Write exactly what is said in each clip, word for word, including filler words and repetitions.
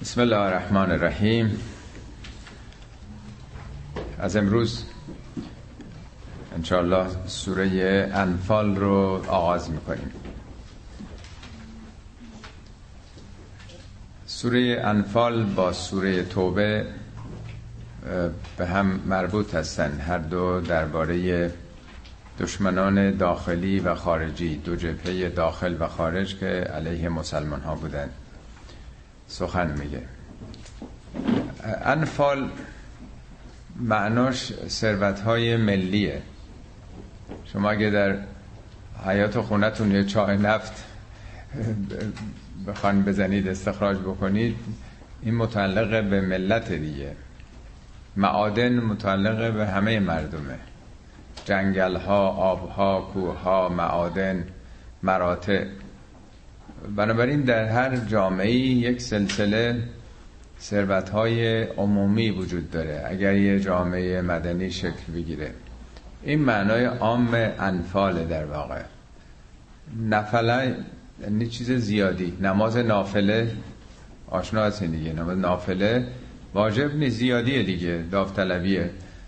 بسم الله الرحمن الرحیم. از امروز انشاءالله سوره انفال رو آغاز میکنیم. سوره انفال با سوره توبه به هم مربوط هستند. هر دو درباره دشمنان داخلی و خارجی، دو جبهه داخل و خارج که علیه مسلمان ها بودند سخن میگه. انفال معناش ثروت‌های ملیه. شما اگه در حیات خونتون یه چاه نفت بخوان بزنید استخراج بکنید، این متعلق به ملت دیگه. معادن متعلق به همه مردمه، جنگل‌ها، آب‌ها، کوه‌ها، معادن، مراتع. بنابراین در هر جامعه‌ای یک سلسله ثروت‌های عمومی وجود داره اگر یه جامعه مدنی شکل بگیره. این معنای عام انفال در واقع. نفله یعنی چیز زیادی. نماز نافله آشنا هستین دیگه، نماز نافله واجب نیست، زیادیه دیگه، داوطلبیه،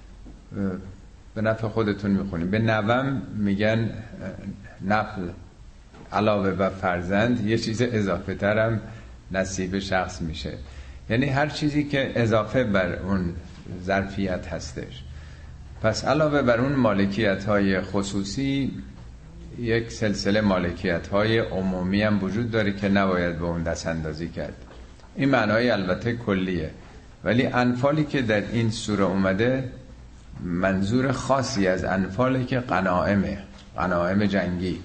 به نفع خودتون میخونیم. به نوم میگن نفل، علاوه بر فرزند یه چیز اضافه ترم نصیب شخص میشه. یعنی هر چیزی که اضافه بر اون ظرفیت هستش. پس علاوه بر اون مالکیت های خصوصی، یک سلسله مالکیت های عمومی هم وجود داره که نباید به اون دست اندازی کرد. این معنای البته کلیه، ولی انفالی که در این سوره اومده منظور خاصی از انفالی که غنائمه، غنایم جنگی،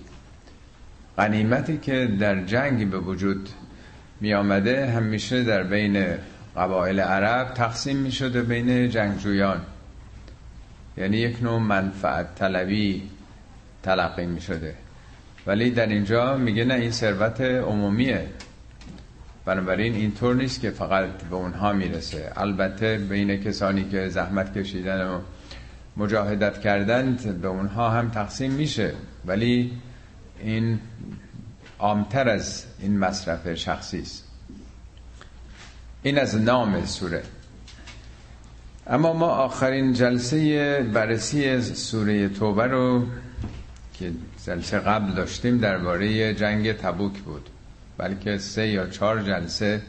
غنیمتی که در جنگ به وجود می آمده همیشه در بین قبایل عرب تقسیم می شده بین جنگجویان، یعنی یک نوع منفعت طلبی تلقی می شده. ولی در اینجا میگه نه، این ثروت عمومیه، بنابراین اینطور نیست که فقط به اونها میرسه. البته بین کسانی که زحمت کشیدن و مجاهدت کردند به اونها هم تقسیم میشه، ولی این عامتر از این مصرف شخصی است. این از نام سوره. اما ما آخرین جلسه بررسی سوره توبه رو که جلسه قبل داشتیم درباره جنگ تبوک بود، بلکه سه یا چهار جلسه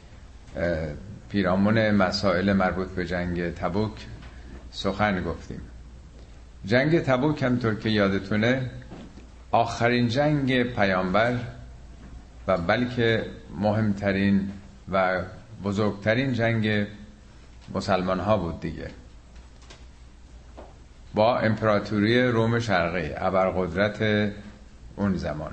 پیرامون مسائل مربوط به جنگ تبوک سخن گفتیم. جنگ تبوک همطور که یادتونه آخرین جنگ پیامبر و بلکه مهمترین و بزرگترین جنگ مسلمان ها بود دیگه، با امپراتوری روم شرقی، ابرقدرت اون زمان.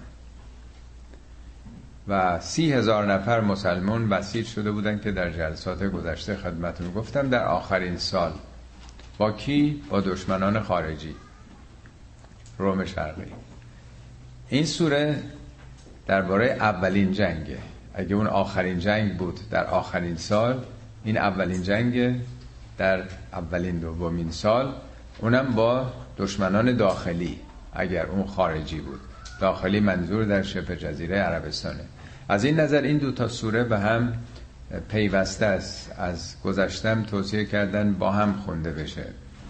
و سی هزار نفر مسلمان بسیج شده بودن که در جلسات گذشته خدمتون گفتم در آخرین سال. با کی؟ با دشمنان خارجی، روم شرقی. این سوره درباره اولین جنگه. اگه اون آخرین جنگ بود در آخرین سال، این اولین جنگ در اولین دومین سال، اونم با دشمنان داخلی. اگر اون خارجی بود، داخلی منظور در شبه جزیره عربستانه. از این نظر این دو تا سوره به هم پیوسته است. از گذشتم توصیه کردن با هم خونده بشه.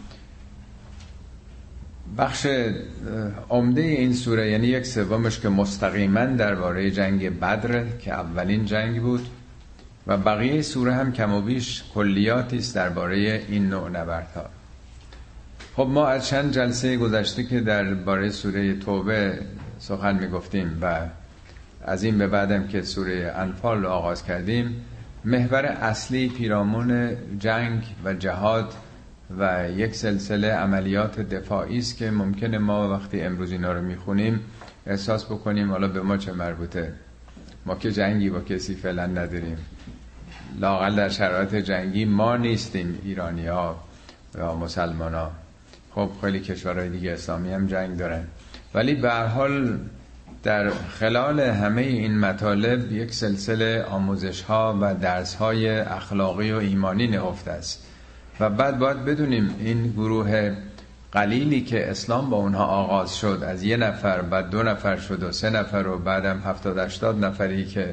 بخش عمده این سوره، یعنی یک سومش، که مستقیما درباره جنگ بدر که اولین جنگ بود، و بقیه سوره هم کم و بیش کلیاتی است درباره این نوع نبردها. خب ما از چند جلسه گذشته که درباره سوره توبه سخن میگفتیم و از این به بعدم که سوره انفال رو آغاز کردیم، محور اصلی پیرامون جنگ و جهاد و یک سلسله عملیات دفاعی است که ممکنه ما وقتی امروز اینا رو میخونیم احساس بکنیم حالا به ما چه مربوطه، ما که جنگی با کسی فعلا نداریم، لااقل در شرایط جنگی ما نیستیم، ایرانی ها یا مسلمان ها. خب خیلی کشورهای دیگه اسلامی هم جنگ دارن، ولی به هر حال در خلال همه این مطالب یک سلسله آموزش ها و درس های اخلاقی و ایمانی نهفته است. و بعد باید بدونیم این گروه قلیلی که اسلام با اونها آغاز شد، از یه نفر بعد دو نفر شد و سه نفر و بعدم هفتاد هشتاد نفری که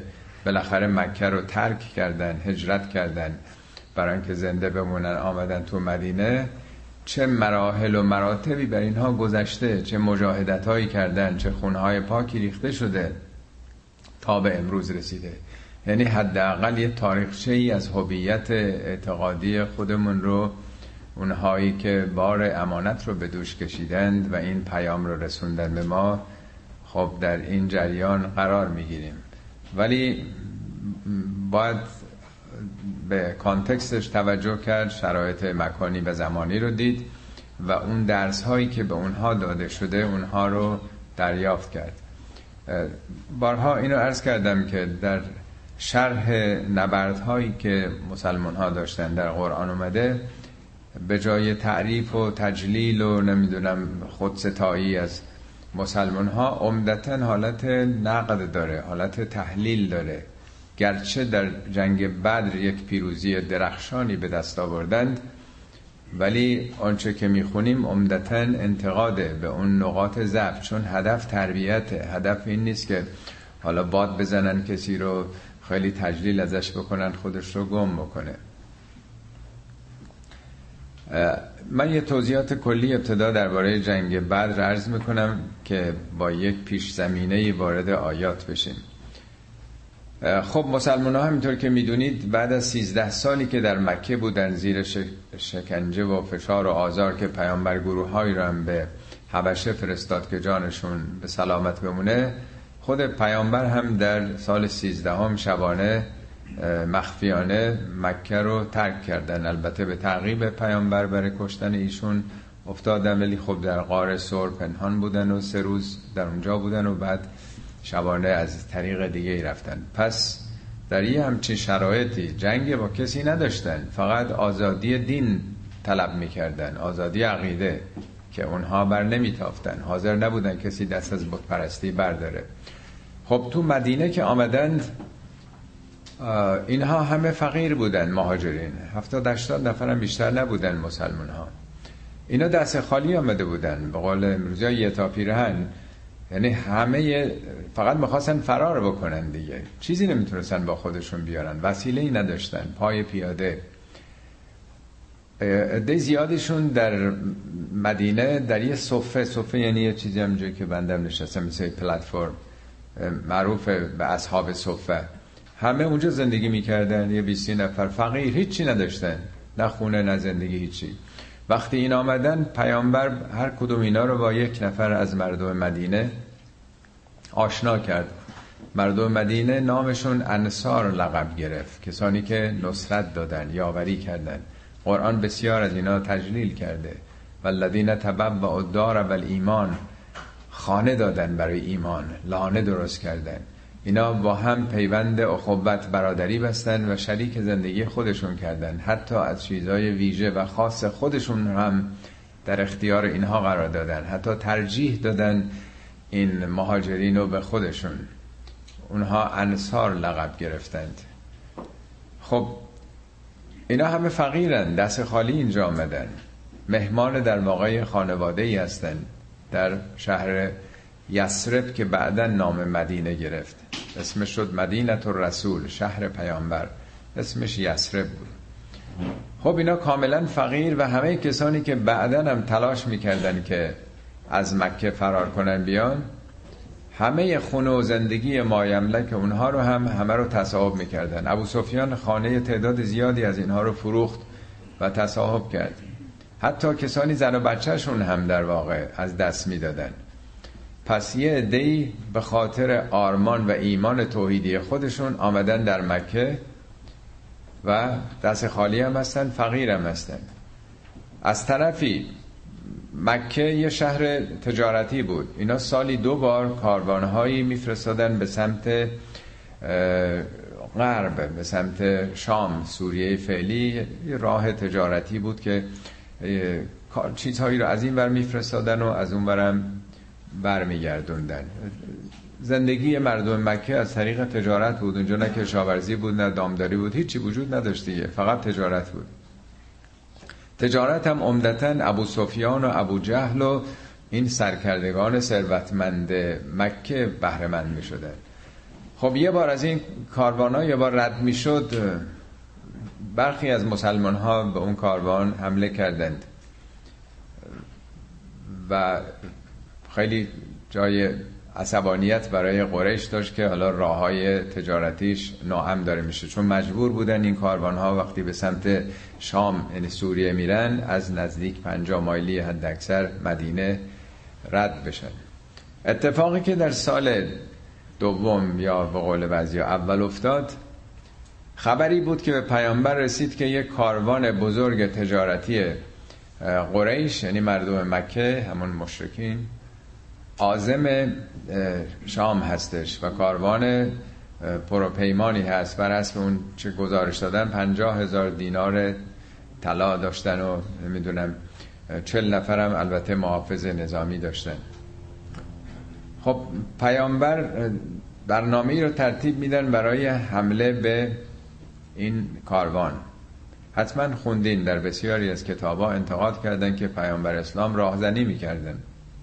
بالاخره مکه رو ترک کردن، هجرت کردن برای اینکه زنده بمونن، آمدن تو مدینه. چه مراحل و مراتبی بر اینها گذشته، چه مجاهدت هایی کردن، چه خونهای پاکی ریخته شده تا به امروز رسیده. یعنی حداقل یه تاریخچه ای از هویت اعتقادی خودمون رو، اونهایی که بار امانت رو به دوش کشیدند و این پیام رو رسوندن به ما، خب در این جریان قرار میگیریم. ولی باید به کانتکستش توجه کرد، شرایط مکانی و زمانی رو دید و اون درس هایی که به اونها داده شده اونها رو دریافت کرد. بارها اینو عرض کردم که در شرح نبردهایی که مسلمان ها داشتن در قرآن اومده، به جای تعریف و تجلیل و نمیدونم خودستایی از مسلمان ها، عمدتاً حالت نقد داره، حالت تحلیل داره. گرچه در جنگ بدر یک پیروزی درخشانی به دست آوردند، ولی آنچه که میخونیم عمدتاً انتقاده به اون نقاط ضعف، چون هدف تربیته. هدف این نیست که حالا باد بزنن کسی رو، خیلی تجلیل ازش بکنن، خودش رو گم بکنه. من یه توضیحات کلی ابتدا درباره جنگ بدر عرض میکنم که با یک پیش زمینه وارد آیات بشیم. خب مسلمان ها همینطور که میدونید بعد از سیزده سالی که در مکه بودن زیر شکنجه و فشار و آزار که پیامبر گروه هایی رو هم به حبشه فرستاد که جانشون به سلامت بمونه، خود پیامبر هم در سال سیزدهم شبانه مخفیانه مکه رو ترک کردن. البته به تعقیب پیامبر برای کشتن ایشون افتادن، ولی خب در غار ثور پنهان بودن و سه روز در اونجا بودن و بعد شبانه از طریق دیگه ای رفتن. پس در یه همچین شرایطی جنگ با کسی نداشتن، فقط آزادی دین طلب میکردن، آزادی عقیده که اونها بر نمیتافتن، حاضر نبودن کسی دست از بت پرستی برداره. خب تو مدینه که آمدند، اینها همه فقیر بودن، مهاجرین هفتاد هشتاد نفر هم بیشتر نبودن مسلمان ها. اینا دست خالی آمده بودن، به قول امروزی ها یه تا پیرهن. یعنی همه فقط میخواستن فرار بکنن دیگه، چیزی نمیتونستن با خودشون بیارن، وسیله‌ای نداشتن، پای پیاده. عده زیادشون در مدینه در یه صفه، صفه یعنی یه چیزی همونجوری که بندم نشستم مثل پلتفرم، معروف به اصحاب صفه، همه اونجا زندگی میکردن. یه بیستی نفر فقیر، هیچی نداشتن، نه خونه نه زندگی، هیچی. وقتی این آمدن، پیامبر هر کدوم اینا رو با یک نفر از مردم مدینه آشنا کرد. مردم مدینه نامشون انصار لقب گرفت، کسانی که نصرت دادن، یاوری کردن. قرآن بسیار از اینا تجلیل کرده. والذین تبوأوا الدار والایمان، خانه دادن برای ایمان، لانه درست کردن. اینا با هم پیوند اخوت برادری بستن و شریک زندگی خودشون کردن، حتی از چیزهای ویژه و خاص خودشون هم در اختیار اینها قرار دادن، حتی ترجیح دادن این مهاجرین رو به خودشون. اونها انصار لقب گرفتند. خب اینا همه فقیرن، دست خالی اینجا آمدن، مهمان در واقع خانواده ای هستن در شهر یثرب که بعداً نام مدینه گرفت. اسمش شد مدینه الرسول، شهر پیامبر، اسمش یثرب بود. خب اینا کاملا فقیر و همه کسانی که بعداً هم تلاش میکردن که از مکه فرار کنن بیان، همه خونه و زندگی مایملک اونها رو هم همه رو تصاحب میکردن. ابو سفیان خانه تعداد زیادی از اینها رو فروخت و تصاحب کرد. حتی کسانی زن و بچهشون هم در واقع از دست میدادن. پس یه عده‌ای به خاطر آرمان و ایمان توحیدی خودشون آمدن در مکه و دست خالی هم هستن، فقیر هم هستن. از طرفی مکه یه شهر تجارتی بود. اینا سالی دو بار کاروانهایی میفرستادن به سمت غرب، به سمت شام، سوریه فعلی. یه راه تجارتی بود که چیزهایی رو از این ور میفرستادن و از اون ورم برمیگردوندن. زندگی مردم مکه از طریق تجارت بود. اونجا نه کشاورزی بود، نه دامداری بود، هیچی وجود نداشت دیگه، فقط تجارت بود. تجارت هم عمدتاً ابو سفیان و ابو جهل و این سرکردگان ثروتمند مکه بهره مند می‌شدن. خب یه بار از این کاروان ها یه بار رد می شد، برخی از مسلمان ها به اون کاروان حمله کردند و خیلی جای عصبانیت برای قریش داشت که حالا راههای تجارتیش ناامن داره میشه، چون مجبور بودن این کاروان ها وقتی به سمت شام یعنی سوریه میرن از نزدیک پنجاه مایلی حد اکثر مدینه رد بشن. اتفاقی که در سال دوم یا به قول بعضیا اول افتاد، خبری بود که به پیامبر رسید که یک کاروان بزرگ تجارتی قریش یعنی مردم مکه همون مشرکین عازم شام هستش و کاروان پروپیمانی هست. بر اساس اون چه گزارش دادن پنجاه هزار دینار طلا داشتن و نمیدونم چل نفرم البته محافظ نظامی داشتن. خب پیامبر برنامه‌ای رو ترتیب میدن برای حمله به این کاروان. حتما خوندین در بسیاری از کتابا انتقاد کردن که پیامبر اسلام راهزنی میکردن.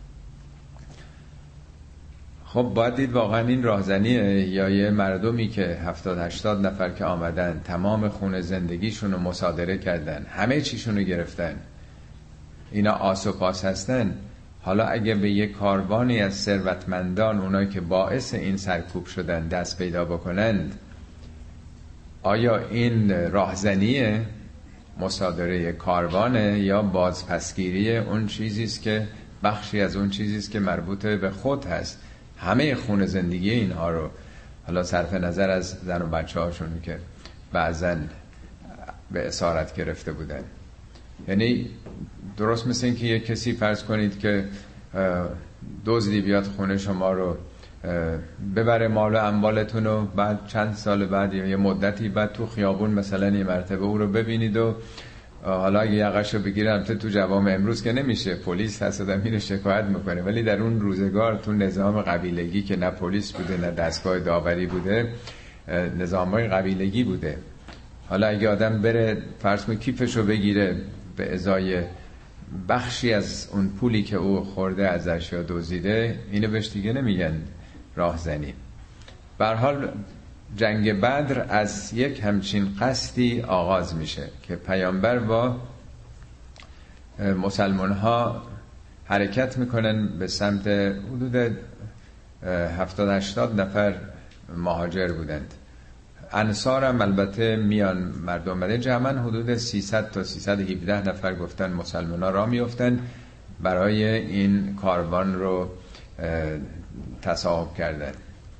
خب باید دید واقعا این راهزنیه یا یه مردمی که هفتاد هشتاد نفر که آمدن تمام خون زندگیشون رو مصادره کردن، همه چیشون رو گرفتن، اینا آس و پاس هستن. حالا اگه به یک کاروانی از ثروتمندان اونایی که باعث این سرکوب شدن دست پیدا بکنند، آیا این راهزنیه، مصادره کاروانه یا بازپسگیری اون چیزیست که بخشی از اون چیزیست که مربوط به خود هست؟ همه خون زندگی اینها رو، حالا صرف نظر از زن و بچه هاشون که بعضن به اسارت گرفته بودن. یعنی درست مثل این که یک کسی فرض کنید که دزدی بیاد خونه شما رو ببره مال و اموالتون و بعد چند سال بعد یا یه مدتی بعد تو خیابون مثلا یه مرتبه او رو ببینید و حالا اگه یقش رو بگیرن تو جوام امروز که نمیشه، پلیس هست آدم میره شکایت میکنه، ولی در اون روزگار تو نظام قبیلگی که نه پلیس بوده نه دستگاه داوری بوده، نظامای قبیلگی بوده. حالا اگه آدم بره فرض کنید کیفش رو بگیره به ازای بخشی از اون پولی که او خورده ازش یا دزدیده، اینو بهش دیگه نمیگن راهزنی. به هر حال جنگ بدر از یک همچین قصدی آغاز میشه که پیامبر با مسلمان ها حرکت میکنن به سمت حدود هفتاد هشتاد نفر مهاجر بودند. انصار هم البته میان مردم مده، جمعا حدود سیصد تا سیصد و هفده نفر گفتن مسلمان ها را میفتن برای این کاروان رو تصاحب کردن.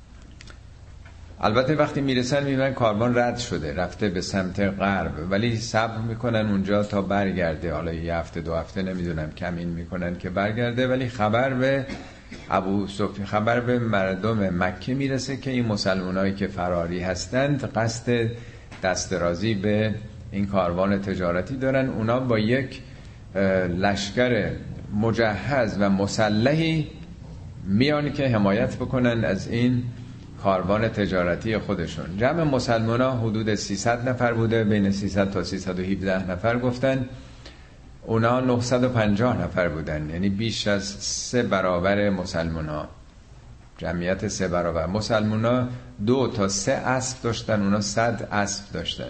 البته وقتی میرسن میبینن کاروان رد شده رفته به سمت غرب، ولی صبر میکنن اونجا تا برگرده، حالا یه هفته دو هفته نمیدونم کمین میکنن که برگرده، ولی خبر به ابو سفیان، خبر به مردم مکه میرسه که این مسلمانایی که فراری هستند قصد دسترازی به این کاروان تجارتی دارن. اونا با یک لشکر مجهز و مسلحی میان که حمایت بکنن از این کاروان تجارتی خودشون. جمع مسلمان ها حدود سیصد نفر بوده، بین سیصد تا سیصد و هفده نفر گفتن، اونا نهصد و پنجاه نفر بودن، یعنی بیش از سه برابر مسلمان ها، جمعیت سه برابر. مسلمان ها دو تا سه اسب داشتن، اونا صد اسب داشتن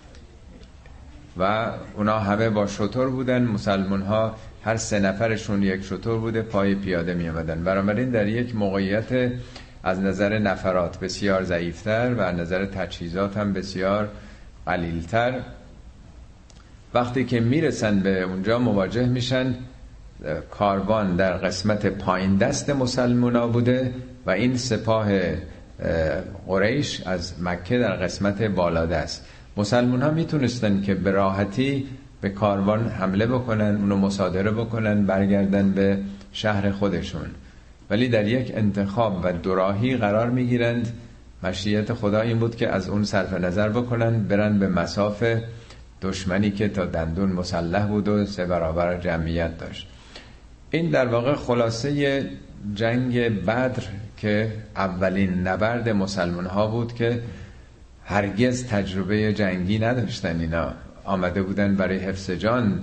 و اونا همه با شتر بودن. مسلمان ها هر سه نفرشون یک شتر بوده، پای پیاده می آمدن. بنابراین در یک موقعیت از نظر نفرات بسیار ضعیفتر و از نظر تجهیزات هم بسیار قلیلتر، وقتی که میرسن به اونجا مواجه میشن کاروان در قسمت پایین دست مسلمونا بوده و این سپاه قریش از مکه در قسمت بالا دست. مسلمان ها میتونستن که به راحتی به کاروان حمله بکنن، اونو مصادره بکنن، برگردن به شهر خودشون، ولی در یک انتخاب و دوراهی قرار میگیرند. مشیت خدا این بود که از اون صرف نظر بکنن، برن به مصاف دشمنی که تا دندون مسلح بود و سه برابر جمعیت داشت. این در واقع خلاصه جنگ بدر که اولین نبرد مسلمان ها بود که هرگز تجربه جنگی نداشتن. اینا آمده بودن برای حفظ جان،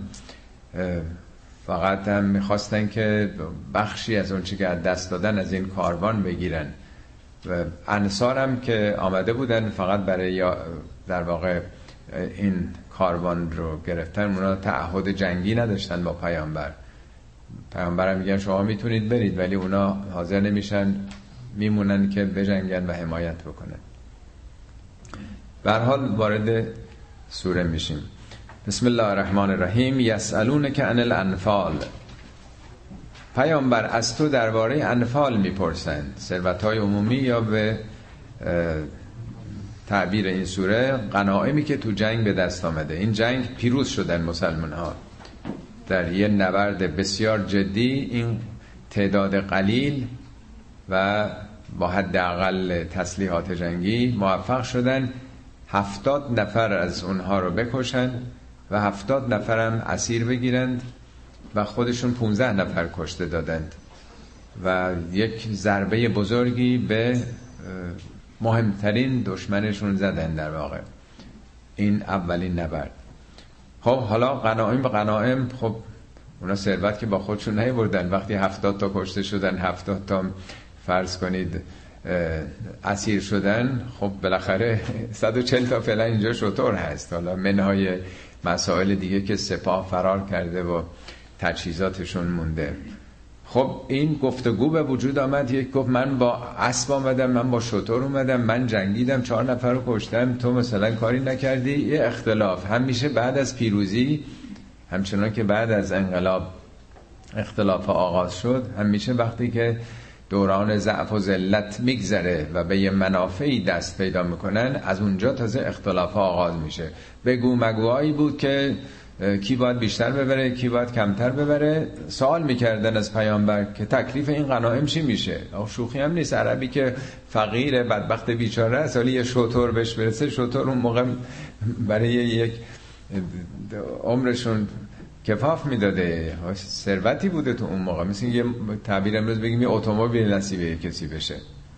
فقط هم میخواستن که بخشی از اون چی که از دست دادن از این کاروان بگیرن و انصار هم که آمده بودن فقط برای در واقع این کاروان رو گرفتن، اونا تعهد جنگی نداشتن با پیامبر. پیامبر هم میگن شما میتونید برید، ولی اونا حاضر نمیشن، میمونن که بجنگن و حمایت بکنن. به هر حال وارد سوره میشیم. بسم الله الرحمن الرحیم. یسألونک عن الانفال. پیامبر از تو درباره انفال میپرسند، ثروت‌های عمومی، یا به تعبیر این سوره غنایمی که تو جنگ به دست آمده. این جنگ پیروز شدن مسلمان ها در یه نبرد بسیار جدی. این تعداد قلیل و با حداقل تسلیحات جنگی موفق شدن هفتاد نفر از اونها رو بکشن و هفتاد نفرم اسیر بگیرند و خودشون پونزده نفر کشته دادند و یک ضربه بزرگی به مهمترین دشمنشون زدن. در واقع این اولین نبرد. خب حالا غنایم به غنایم، خب اونا ثروت که با خودشون نیاوردن. وقتی هفتاد تا کشته شدن، هفتاد تا فرض کنید اسیر شدن، خب بالاخره صد و چهل تا فعلا اینجا شطور هست، حالا منهای مسائل دیگه که سپاه فرار کرده و تجهیزاتشون مونده. خب این گفتگو به وجود آمد. یک گفت من با اسب آمدم، من با شتر اومدم، من جنگیدم، چهار نفر رو کشتم، تو مثلا کاری نکردی. یه اختلاف همیشه بعد از پیروزی، همچنان که بعد از انقلاب اختلاف آغاز شد، همیشه وقتی که دوران ضعف و ذلت میگذره و به یه منافعی دست پیدا میکنن، از اونجا تازه اختلاف آغاز میشه. بگو مگوهایی بود که کی باید بیشتر ببره، کی باید کمتر ببره. سوال میکردن از پیامبر که تکلیف این غنایم چی میشه. شوخی هم نیست. عربی که فقیر بدبخت بیچاره است، ولی یه شتر بهش برسه، شتر اون موقع برای یک عمرشون کفاف میداده، ثروتی بوده تو اون موقع. مثل یه تعبیر امروز بگیم یه اتومبیل نصیبه کسی بشه.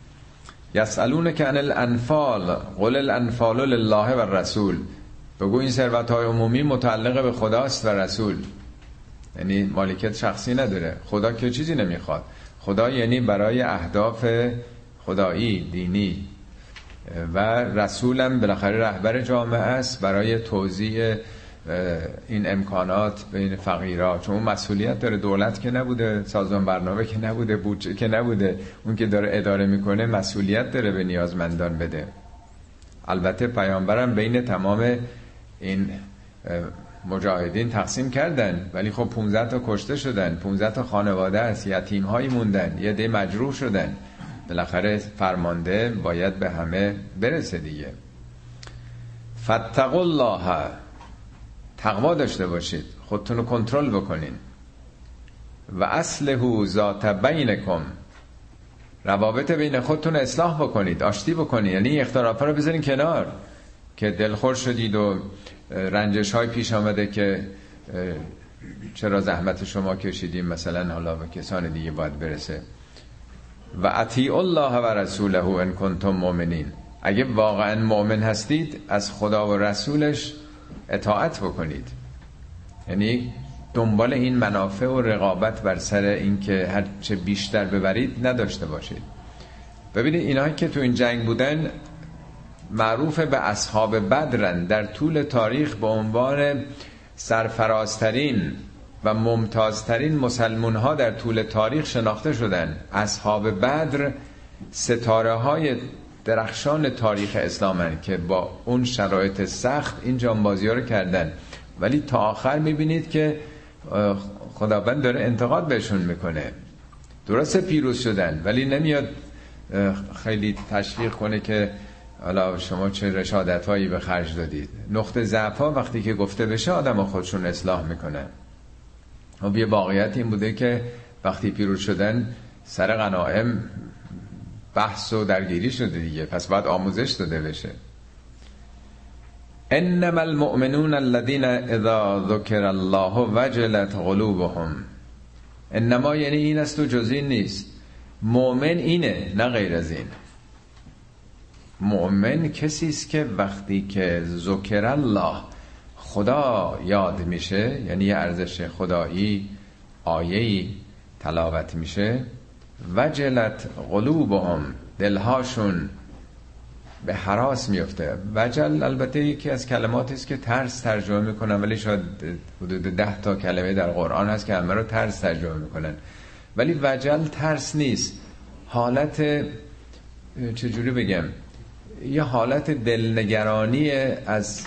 یسألونک عن الانفال قل الانفال لله و الرسول. بگو این ثروت‌های عمومی متعلق به خداست و رسول، یعنی مالکیت شخصی نداره. خدا که چیزی نمیخواد. خدا یعنی برای اهداف خدایی دینی، و رسولم بالاخره رهبر جامعه است برای توزیع این امکانات بین فقیرها، چون اون مسئولیت داره. دولت که نبوده، سازمان برنامه که نبوده، بودجه که نبوده، اون که داره اداره میکنه مسئولیت داره به نیازمندان بده. البته پیامبرم بین تمام این مجاهدین تقسیم کردن، ولی خب پونزده تا کشته شدن، پونزده تا خانواده است، یتیم هایی موندن، یه ده مجروح شدن. بالاخره فرمانده باید به همه برسه دیگه. فاتقوا الله، تقوا داشته باشید، خودتون رو کنترل بکنین. و اصلحوا ذات بینکم، روابط بین خودتون اصلاح بکنید، آشتی بکنید. یعنی اختلافا رو بذارین کنار که دلخور شدید و رنجش های پیش آمده که چرا زحمت شما کشیدیم مثلا، حالا به کسان دیگه باید برسه. و اطیعوا الله و رسوله ان کنتم مؤمنین، اگه واقعا مؤمن هستید از خدا و رسولش اطاعت بکنید. یعنی دنبال این منافع و رقابت بر سر این که هر چه بیشتر ببرید نداشته باشید. ببینید اینایی که تو این جنگ بودن معروف به اصحاب بدرن، در طول تاریخ به عنوان سرفرازترین و ممتازترین مسلمون ها در طول تاریخ شناخته شدن. اصحاب بدر ستاره های درخشان تاریخ اسلامن که با اون شرایط سخت این جانبازی ها رو کردن، ولی تا آخر میبینید که خداوند داره انتقاد بهشون میکنه. درسته پیروز شدن، ولی نمیاد خیلی تشویق کنه که حالا شما چه رشادت هایی به خرج دادید. نقطه ضعف ها وقتی که گفته بشه آدم ها خودشون اصلاح میکنن. و یه واقعیت این بوده که وقتی پیروز شدن سر غنایم بحث و درگیری شده دیگه، پس باید آموزش داده بشه. انما المؤمنون الذين اذا ذكر الله وجلت قلوبهم. انما یعنی این است و جز این نیست. مؤمن اینه، نه غیر از این. مؤمن کسی است که وقتی که ذکر الله، خدا یاد میشه، یعنی یه ارزش خدایی آیه‌ای تلاوت میشه، وجلت قلوبهم، دلهاشون به هراس میفته. وجل البته یکی از کلماتی است که ترس ترجمه میکنن، ولی شاید حدود ده تا کلمه در قرآن هست که همه رو ترس ترجمه میکنن، ولی وجل ترس نیست، حالت چجوری بگم، یه حالت دلنگرانی از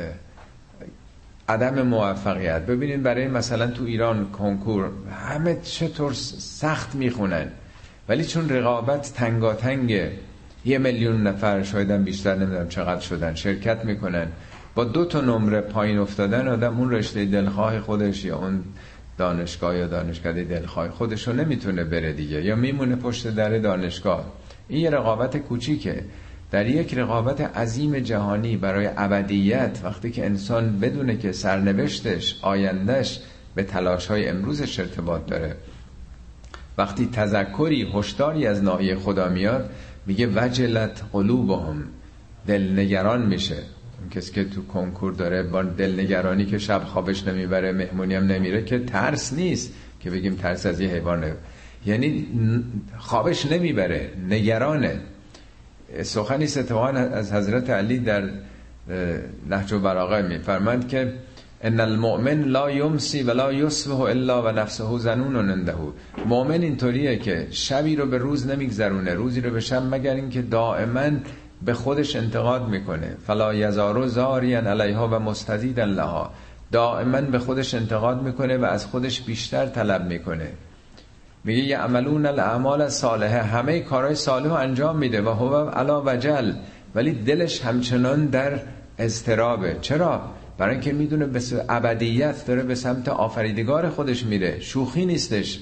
عدم موفقیت. ببینید برای مثلا تو ایران کنکور همه چطور سخت میخونن، ولی چون رقابت تنگاتنگه، یه میلیون نفر شاید هم بیشتر نمیدونم چقدر شدن شرکت میکنن، با دو تا نمره پایین افتادن آدم اون رشته دلخواه خودش یا اون دانشگاه یا دانشکده دلخواه خودش رو نمیتونه بره دیگه، یا میمونه پشت در دانشگاه. این یه رقابت کوچیکه. در یک رقابت عظیم جهانی برای ابدیت، وقتی که انسان بدونه که سرنوشتش، آیندهش به تلاش‌های امروزش ارتباط داره، وقتی تذکری، هشداری از ناحیه خدا میاد، میگه وجلت قلوبهم، دلنگران میشه. اون کسی که تو کنکور داره با دلنگرانی که شب خوابش نمیبره، مهمونی هم نمیره، که ترس نیست که بگیم ترس از یه حیوانه، یعنی خوابش نمیبره، نگرانه. سخنی است اتفاقا از حضرت علی در نهج البلاغه میفرماند که ان المؤمن لا یمسی ولا یصبح الا و نفسه ظنون عنده. مؤمن اینطوریه که شبی رو به روز نمیگذرونه، روزی رو به شب، مگر اینکه دائما به خودش انتقاد میکنه. فلا یزار زاریا علیها و مستزیدا لها، دائما به خودش انتقاد میکنه و از خودش بیشتر طلب میکنه. میگه یعملون الاعمال الصالحه، همه کارهای صالح رو انجام میده و هو علی وجل، ولی دلش همچنان در اضطرابه. چرا؟ برای اینکه میدونه به ابدیت داره به سمت آفریدگار خودش میره، شوخی نیستش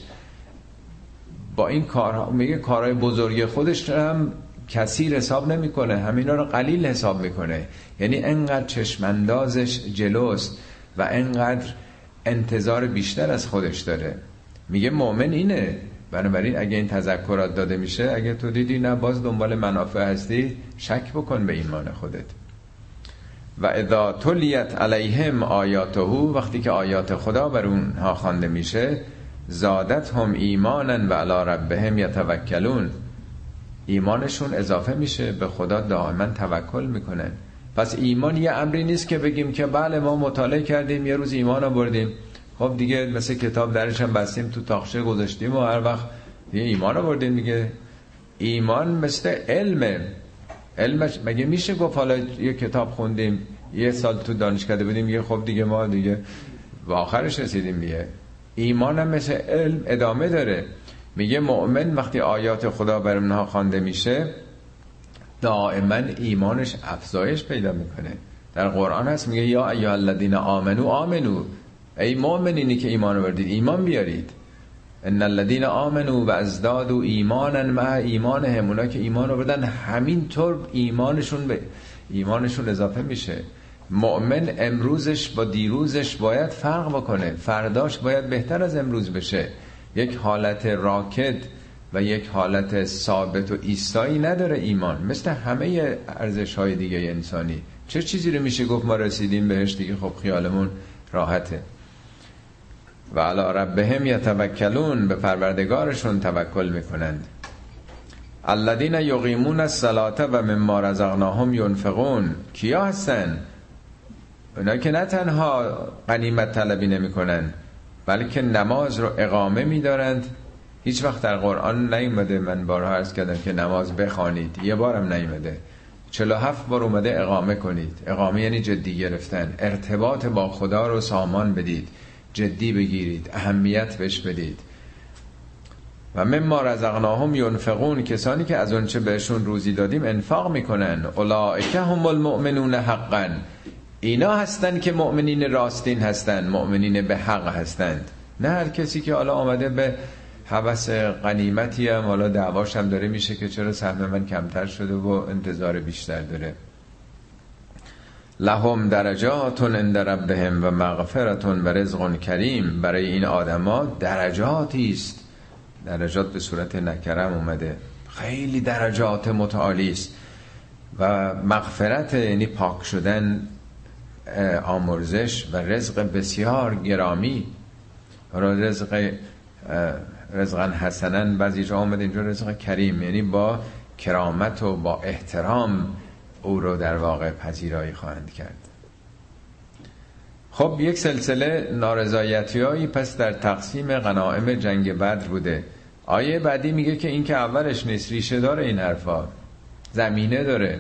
با این کارها. میگه کارهای بزرگ خودش هم کثیر حساب نمیکنه، همینا رو قلیل حساب میکنه. یعنی انقدر چشماندازش جلوست و انقدر انتظار بیشتر از خودش داره. میگه مؤمن اینه. بنابراین اگه این تذکرات داده میشه، اگه تو دیدی نه باز دنبال منافع هستی، شک بکن به ایمان خودت. و اذا تلیت علیهم آیاته، وقتی که آیات خدا بر اونها خوانده میشه، زادتهم ایمانا و علی ربهم یتوکلون، ایمانشون اضافه میشه، به خدا دائما توکل میکنن. پس ایمان یه امری نیست که بگیم که بله ما مطالعه کردیم یه روز ایمان آوردیم، خب دیگه مثل کتاب درش هم بستیم تو تاقچه گذاشتیم و هر وقت دیگه ایمان آوردیم. میگه ایمان مثل علمه. علمش مگه میشه گفت حالا یه کتاب خوندیم، یه سال تو دانشکده بودیم، یه خب دیگه ما دیگه به آخرش رسیدیم. میگه ایمان هم مثل علم ادامه داره. میگه مؤمن وقتی آیات خدا بر اونها خوانده میشه، دائما ایمانش افزایش پیدا میکنه. در قرآن هست میگه یا ایها الذین آمنو آمنو، ای مؤمنینی که ایمان آوردید ایمان بیارید. ان الذین آمنو و ازدادوا ایمانا مع ایمانهم، اونا که ایمان آوردن همینطور ایمانشون به ایمانشون اضافه میشه. مؤمن امروزش با دیروزش باید فرق بکنه، فرداش باید بهتر از امروز بشه. یک حالت راکد و یک حالت ثابت و ایستایی نداره ایمان، مثل همه ارزش‌های دیگه انسانی. چه چیزی رو میشه گفت ما رسیدیم بهش دیگه خب خیالمون راحته. و علی ربهم یتوکلون، به پروردگارشون توکل میکنند. الذین یقیمون الصلاة و مما رزقناهم ینفقون، کیا هستن؟ اونا که نه تنها غنیمت طلبی نمیکنن، بلکه نماز رو اقامه میدارند. هیچ وقت در قرآن نیومده، من بارها عرض کردم که نماز بخوانید، یه بارم نیومده. چهل و هفت بار اومده اقامه کنید. اقامه یعنی جدی گرفتن، ارتباط با خدا رو سامان بدید، جدی بگیرید، اهمیت بهش بدید. و مما رزقناهم ینفقون، کسانی که از اونچه بهشون روزی دادیم انفاق میکنن. اولئک هم المؤمنون حقا، اینا هستن که مؤمنین راستین هستن، مؤمنین به حق هستند. نه هر کسی که حالا آمده به هوس غنیمتی هم حالا دعواش هم داره میشه که چرا سهم من کمتر شده و انتظار بیشتر داره. لهم درجات عند ربهم و مغفرت و رزق کریم، برای این آدما درجاتی است. درجات به صورت نکرم اومده، خیلی درجات متعالی است. و مغفرت یعنی پاک شدن، آمرزش و رزق بسیار گرامی. رزق رزقا حسنا، بعضی جا آمده اینجا رزق کریم، یعنی با کرامت و با احترام او رو در واقع پذیرایی خواهند کرد. خب یک سلسله نارضایتیایی پس در تقسیم غنایم جنگ بدر بوده. آیه بعدی میگه که این که اولش نیست، ریشه داره این حرفا، زمینه داره.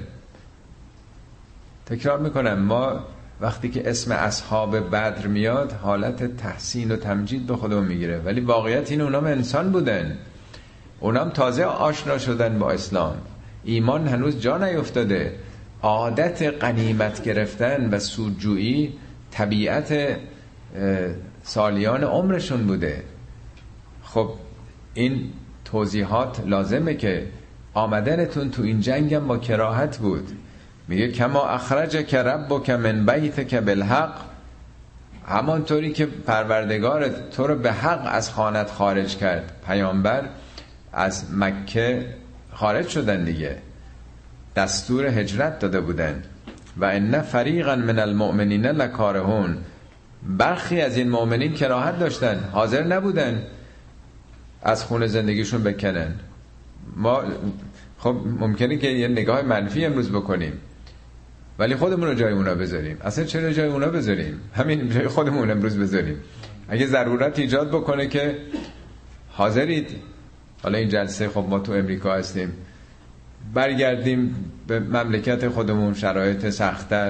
تکرار میکنم، ما وقتی که اسم اصحاب بدر میاد حالت تحسین و تمجید به خودمون میگیره، ولی واقعیت این اونام انسان بودن، اونام تازه آشنا شدن با اسلام، ایمان هنوز جا نیفتاده، عادت غنیمت گرفتن و سودجویی طبیعت سالیان عمرشون بوده. خب این توضیحات لازمه که آمدنتون تو این جنگم با کراهت بود. میگه کما اخرجک ربک من بیتک بالحق، همانطوری که پروردگارت تو رو به حق از خانت خارج کرد. پیامبر از مکه خارج شدن دیگه، دستور هجرت داده بودن. و ان فریقا من المؤمنین لکارهون، برخی از این مؤمنین کراهت داشتن، حاضر نبودن از خون زندگیشون بکنن. ما خب ممکنه که یه نگاه منفی امروز بکنیم، ولی خودمون رو جای اونا بذاریم. اصلا چرا جای اونا بذاریم؟ همین جای خودمون امروز بذاریم. اگه ضرورت ایجاد بکنه که حاضرید، حالا این جلسه خب ما تو امریکا هستیم، برگردیم به مملکت خودمون، شرایط سخت‌تر،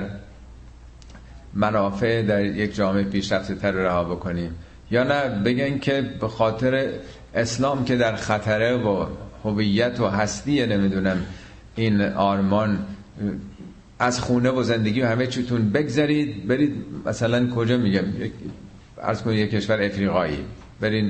منافع در یک جامعه پیشرفته تر رها بکنیم، یا نه بگن که به خاطر اسلام که در خطره و هویت و هستی نمیدونم این آرمان، از خونه و زندگی و همه چیتون بگذارید برید مثلا کجا، میگم عرض کنید یک کشور افریقایی، برین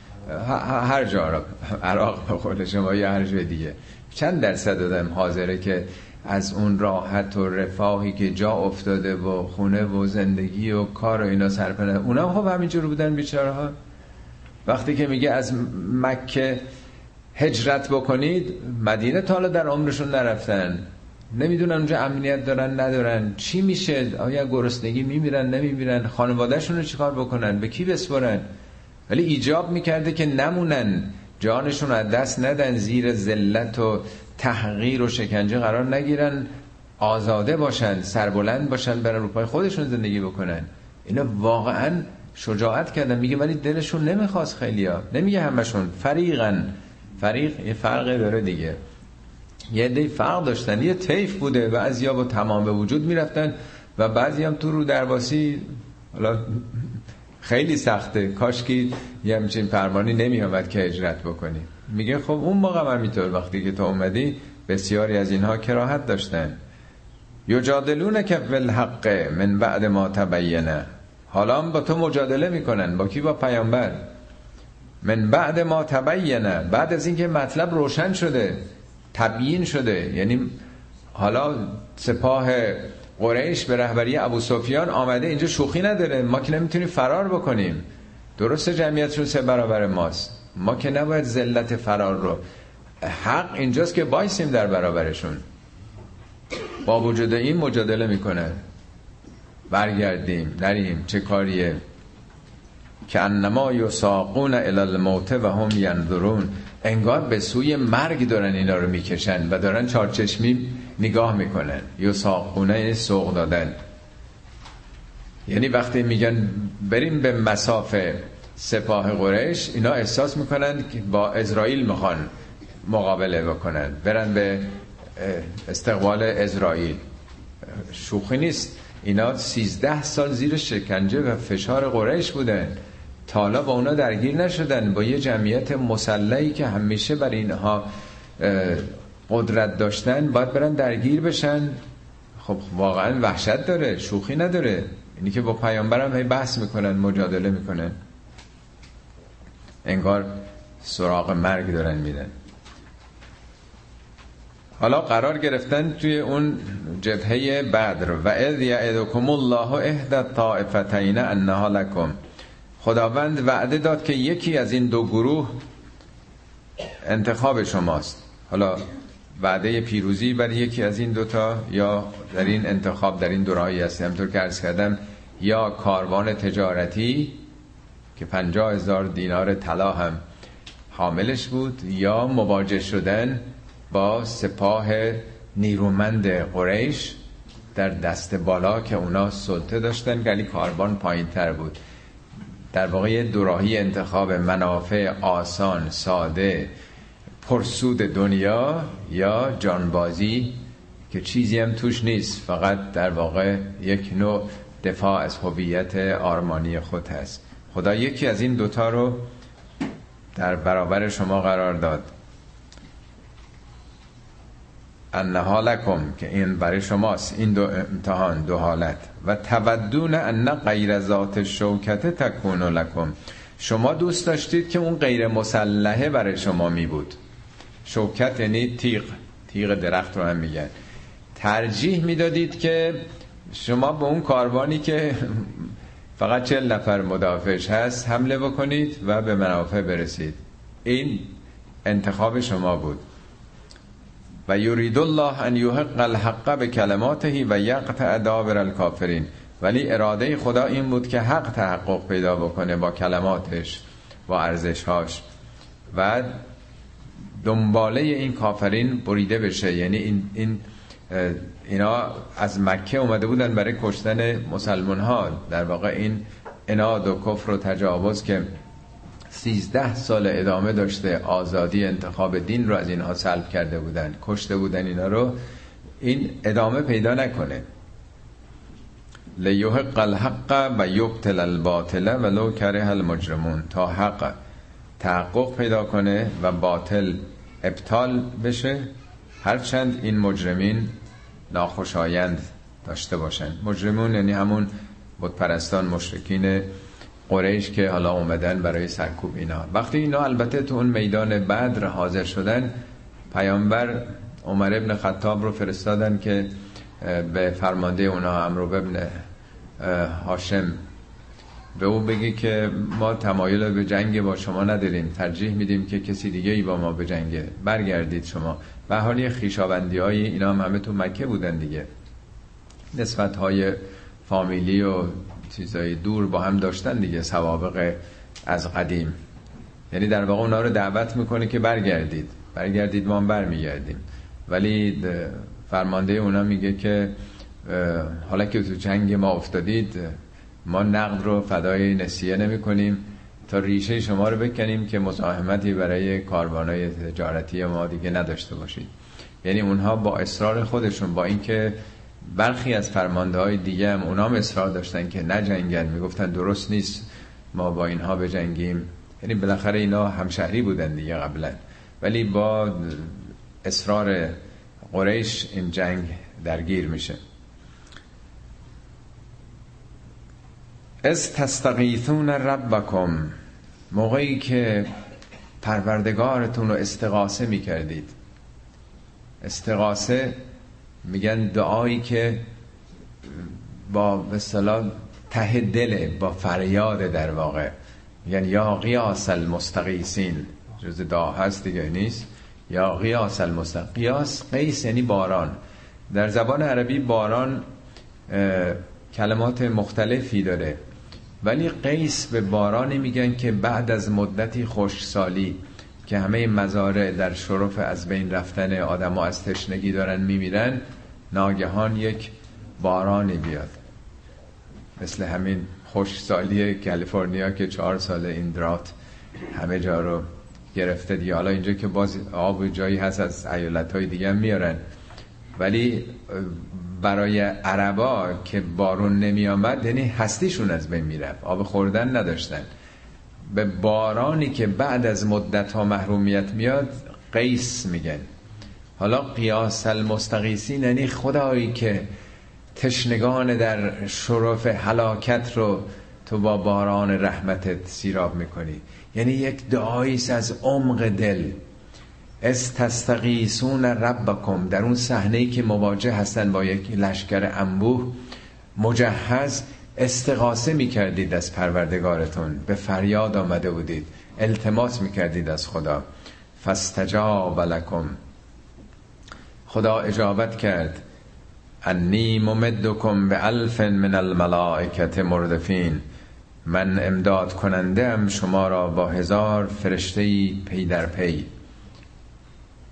هر جا، را عراق به خود شما یا هر جای دیگه. چند درصد آدم حاضره که از اون راحت و رفاهی که جا افتاده و خونه و زندگی و کار و اینا سرپنه؟ اونا خب همینجور بودن بیچاره ها. وقتی که میگه از مکه هجرت بکنید، مدینه تا حالا در عمرشون نرفتن، نمیدونن اونجا امنیت دارن ندارن، چی میشه، آیا گرسنگی میمیرن نمیمیرن، خانوادهشون رو چیکار بکنن، به کی بسپرن. ولی ایجاب میکرده که نمونن، جانشون از دست ندن، زیر ذلت و تحقیر و شکنجه قرار نگیرن، آزاده باشن، سربلند باشن، برن رو پای خودشون زندگی بکنن. اینا واقعا شجاعت کردن. میگه ولی دلشون نمیخواست، خیلیا، نمیگه همشون، فریقا، فریق یه فرق داره دیگه، یه عده فرق داشتن، یه طیف بوده، بعضیا با تمام به وجود میرفتن و بعضی هم تو رو درواسی. حالا خیلی سخته، کاشکی یه همچین فرمانی نمی آمد که هجرت بکنی. میگه خب اون موقع هم میطور، وقتی که تو اومدی بسیاری از اینها کراهت داشتن. یجادلونک بالحق من بعد ما تبینه، حالا هم با تو مجادله میکنن. با کی؟ با پیامبر. من بعد ما تبینه، بعد از اینکه مطلب روشن شده، تبیین شده. یعنی حالا سپاه قریش به رهبری ابو سفیان آمده اینجا، شوخی نداره، ما که نمیتونیم فرار بکنیم. درسته جمعیتشون سه برابر ماست، ما که نباید ذلت فرار رو، حق اینجاست که بایسیم در برابرشون. با وجود این مجادله میکنن، برگردیم نریم چه کاریه. که انما یساقون الی الموت و هم ینظرون، انگار به سوی مرگ دارن اینا رو میکشن و دارن چارچشمی نگاه میکنن. یساقونه یعنی سوق دادن، یعنی وقتی میگن بریم به مسافه سپاه قریش، اینا احساس میکنن که با اسرائیل میخوان مقابله بکنن، برن به استقبال اسرائیل. شوخی نیست، اینا سیزده سال زیر شکنجه و فشار قریش بودن، تا حالا با اونا درگیر نشدن، با یه جمعیت مسلحی که همیشه بر اینها قدرت داشتن باید برن درگیر بشن. خب واقعا وحشت داره، شوخی نداره. اینی که با پیامبرم هی بحث میکنن، مجادله میکنن، انگار سراغ مرگ دارن میدن. حالا قرار گرفتن توی اون جبهه بدر. و اذ یعدکم الله احدى الطائفتین انها لکم، خداوند وعده داد که یکی از این دو گروه انتخاب شماست. حالا وعده پیروزی برای یکی از این دوتا، یا در این انتخاب در این دو راهی هست. همطور که عرض کردم، یا کاروان تجارتی که پنجاه هزار دینار طلا هم حاملش بود، یا مواجه شدن با سپاه نیرومند قریش در دست بالا که اونا سلطه داشتن، ولی کاروان پایین تر بود. در واقع دوراهی انتخاب منافع آسان، ساده، پرسود دنیا یا جانبازی که چیزی هم توش نیست، فقط در واقع یک نوع دفاع از هویت آرمانی خود هست. خدا یکی از این دوتا رو در برابر شما قرار داد، انها لکم، که این برای شماست، این دو امتحان، دو حالت. و تودون ان غیر ذات شوکت تکون لکم، شما دوست داشتید که اون غیر مسلحه برای شما می بود. شوکت یعنی تیغ، تیغ درخت رو هم میگن. ترجیح میدادید که شما به اون کاروانی که فقط چهل نفر مدافعش هست حمله بکنید و به منافع برسید. این انتخاب شما بود. و یرید الله ان یحق الحق بکلماته و یقطع دابر الکافرین، ولی اراده خدا این بود که حق تحقق پیدا بکنه با کلماتش، با ارزشهاش، و دنباله این کافرین بریده بشه. یعنی این این اینا از مکه اومده بودن برای کشتن مسلمان ها. در واقع این عناد و کفر و تجاوز که سیزده سال ادامه داشته، آزادی انتخاب دین رو از اینها سلب کرده بودن، کشته بودن اینا رو، این ادامه پیدا نکنه. لیحق الحق و یبطل الباطل ولو کره المجرمون، تا حق تحقق پیدا کنه و باطل ابطال بشه، هرچند این مجرمین ناخوشایند داشته باشن. مجرمون یعنی همون بت پرستان، مشرکین قریش که حالا اومدن برای سرکوب اینا. وقتی اینا البته تو اون میدان بدر حاضر شدن، پیامبر عمر ابن خطاب رو فرستادن که به فرمانده اونا عمرو ابن هاشم به او بگی که ما تمایل به جنگ با شما نداریم، ترجیح میدیم که کسی دیگه ای با ما به جنگه، برگردید شما. به حالی خویشاوندی های اینا هم همه تو مکه بودن دیگه، نسبت های فامیلی و چیزای دور با هم داشتن دیگه، سوابق از قدیم. یعنی در واقع اونا رو دعوت میکنه که برگردید، برگردید ما هم برمیگردیم. ولی فرمانده اونا میگه که حالا که تو جنگ ما افتادید، ما نقد رو فدای نسیه نمی کنیم تا ریشه شما رو بکنیم که مزاحمتی برای کاروانای تجارتی ما دیگه نداشته باشید. یعنی اونها با اصرار خودشون، با اینکه برخی از فرمانده های دیگه هم اونا هم اصرار داشتن که نجنگن، میگفتن درست نیست ما با اینها بجنگیم، یعنی بالاخره اینا همشهری بودن دیگه قبلا، ولی با اصرار قریش این جنگ درگیر میشه. از تستغیثون ربکم، موقعی که پروردگارتون رو استغاثه میکردید. استغاثه میگن دعایی که با به اصطلاح ته دل، با فریاد، در واقع میگن یا قیاس المستغیثین، جز دعا هست دیگه نیست. یا قیاس المستغیث، قیاس قیس یعنی باران. در زبان عربی باران کلمات مختلفی داره، ولی قیس به بارانی میگن که بعد از مدتی خشکسالی که همه مزارع در شرف از بین رفتن آدم ها از تشنگی دارن میمیرن، ناگهان یک بارانی بیاد، مثل همین خشکسالی کالیفرنیا که چهار سال این درات همه جا رو گرفته دیگه. حالا اینجا که باز آب جایی هست از ایالت‌های دیگه هم میارن، ولی برای عربا که بارون نمی آمد یعنی هستیشون از بین میرفت، آب خوردن نداشتن. به بارانی که بعد از مدت ها محرومیت میاد قیس میگن. حالا قیاس المستغیثین یعنی خدایی که تشنگان در شرف هلاکت رو تو با باران رحمتت سیراب میکنی. یعنی یک دعاییست از عمق دل. از تستغیثون ربکم، در اون صحنه‌ای که مواجه هستن با یک لشکر انبوه مجهز، استغاثه میکردید از پروردگارتون، به فریاد آمده بودید، التماس میکردید از خدا. فاستجاب لکم، خدا اجابت کرد. انی ممدکم به الف من الملائکه مردفین، من امداد کننده ام شما را با هزار فرشته‌ای پی در پی.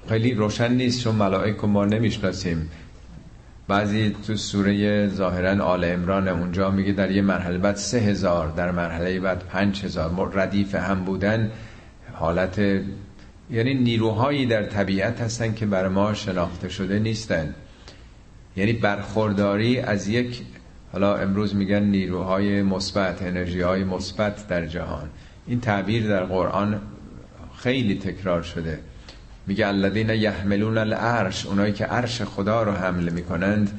خیلی روشن نیست چون ملائک رو ما نمیشناسیم. بعضی تو سوره ظاهرا آل عمران اونجا میگه در یه مرحله بعد سه هزار، در مرحله بعد پنج هزار. ردیف هم بودن حالت، یعنی نیروهایی در طبیعت هستن که بر ما شناخته شده نیستن. یعنی برخورداری از یک، حالا امروز میگن نیروهای مثبت، انرژیهای مثبت در جهان. این تعبیر در قرآن خیلی تکرار شده. میگه الذین یحملون العرش، اونایی که عرش خدا رو حمل میکنند،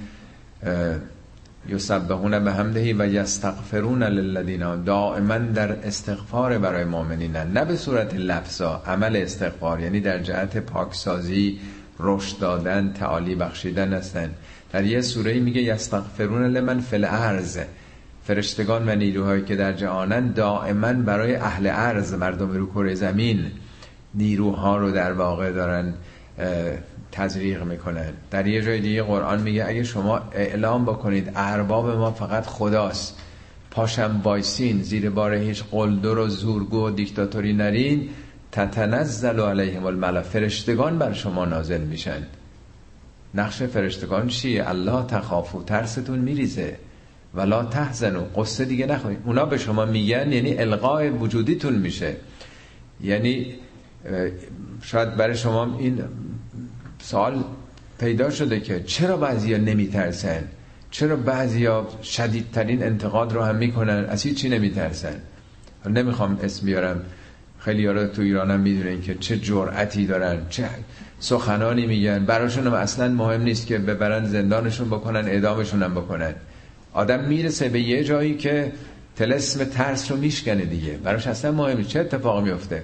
یسبحون بحمده و یستغفرون للذین، دائما در استغفار برای مؤمنین، نه به صورت لفظا، عمل استغفار، یعنی در جهت پاکسازی، رشد دادن، تعالی بخشیدن هستن. در یه سوره میگه یستغفرون لمن فی الارض، فرشتگان و نیروهایی که در جهانن دائما برای اهل ارض، مردم رو کره زمین، نیروها رو در واقع دارن تزریق میکنن. در یه جای دیگه قرآن میگه اگه شما اعلام بکنید ارباب ما فقط خداست، پاشم بایسین، زیر بار هیچ قلدر و زورگو و دیکتاتوری نرین، تتنزل علیهم الملائکه، فرشتگان بر شما نازل میشن. نقش فرشتگان چیه؟ الله تخافو، ترستون میریزه، ولا تحزنو، قصه دیگه نخورید. اونا به شما میگن، یعنی القای وجودیتون میشه. یعنی شاید برای شما این سوال پیدا شده که چرا بعضیا نمیترسن، چرا بعضیا شدیدترین انتقاد رو هم میکنن، از هیچ چی نمیترسن. نمیخوام اسم بیارم، خیلی ها رو تو ایران هم میدونن که چه جرأتی دارن، چه سخنانی میگن. براشون هم اصلا مهم نیست که ببرن زندانشون بکنن، اعدامشون هم بکنن. آدم میرسه به یه جایی که طلسم ترس رو میشکنه دیگه، براش اصلا مهم نیست چه اتفاقی میفته.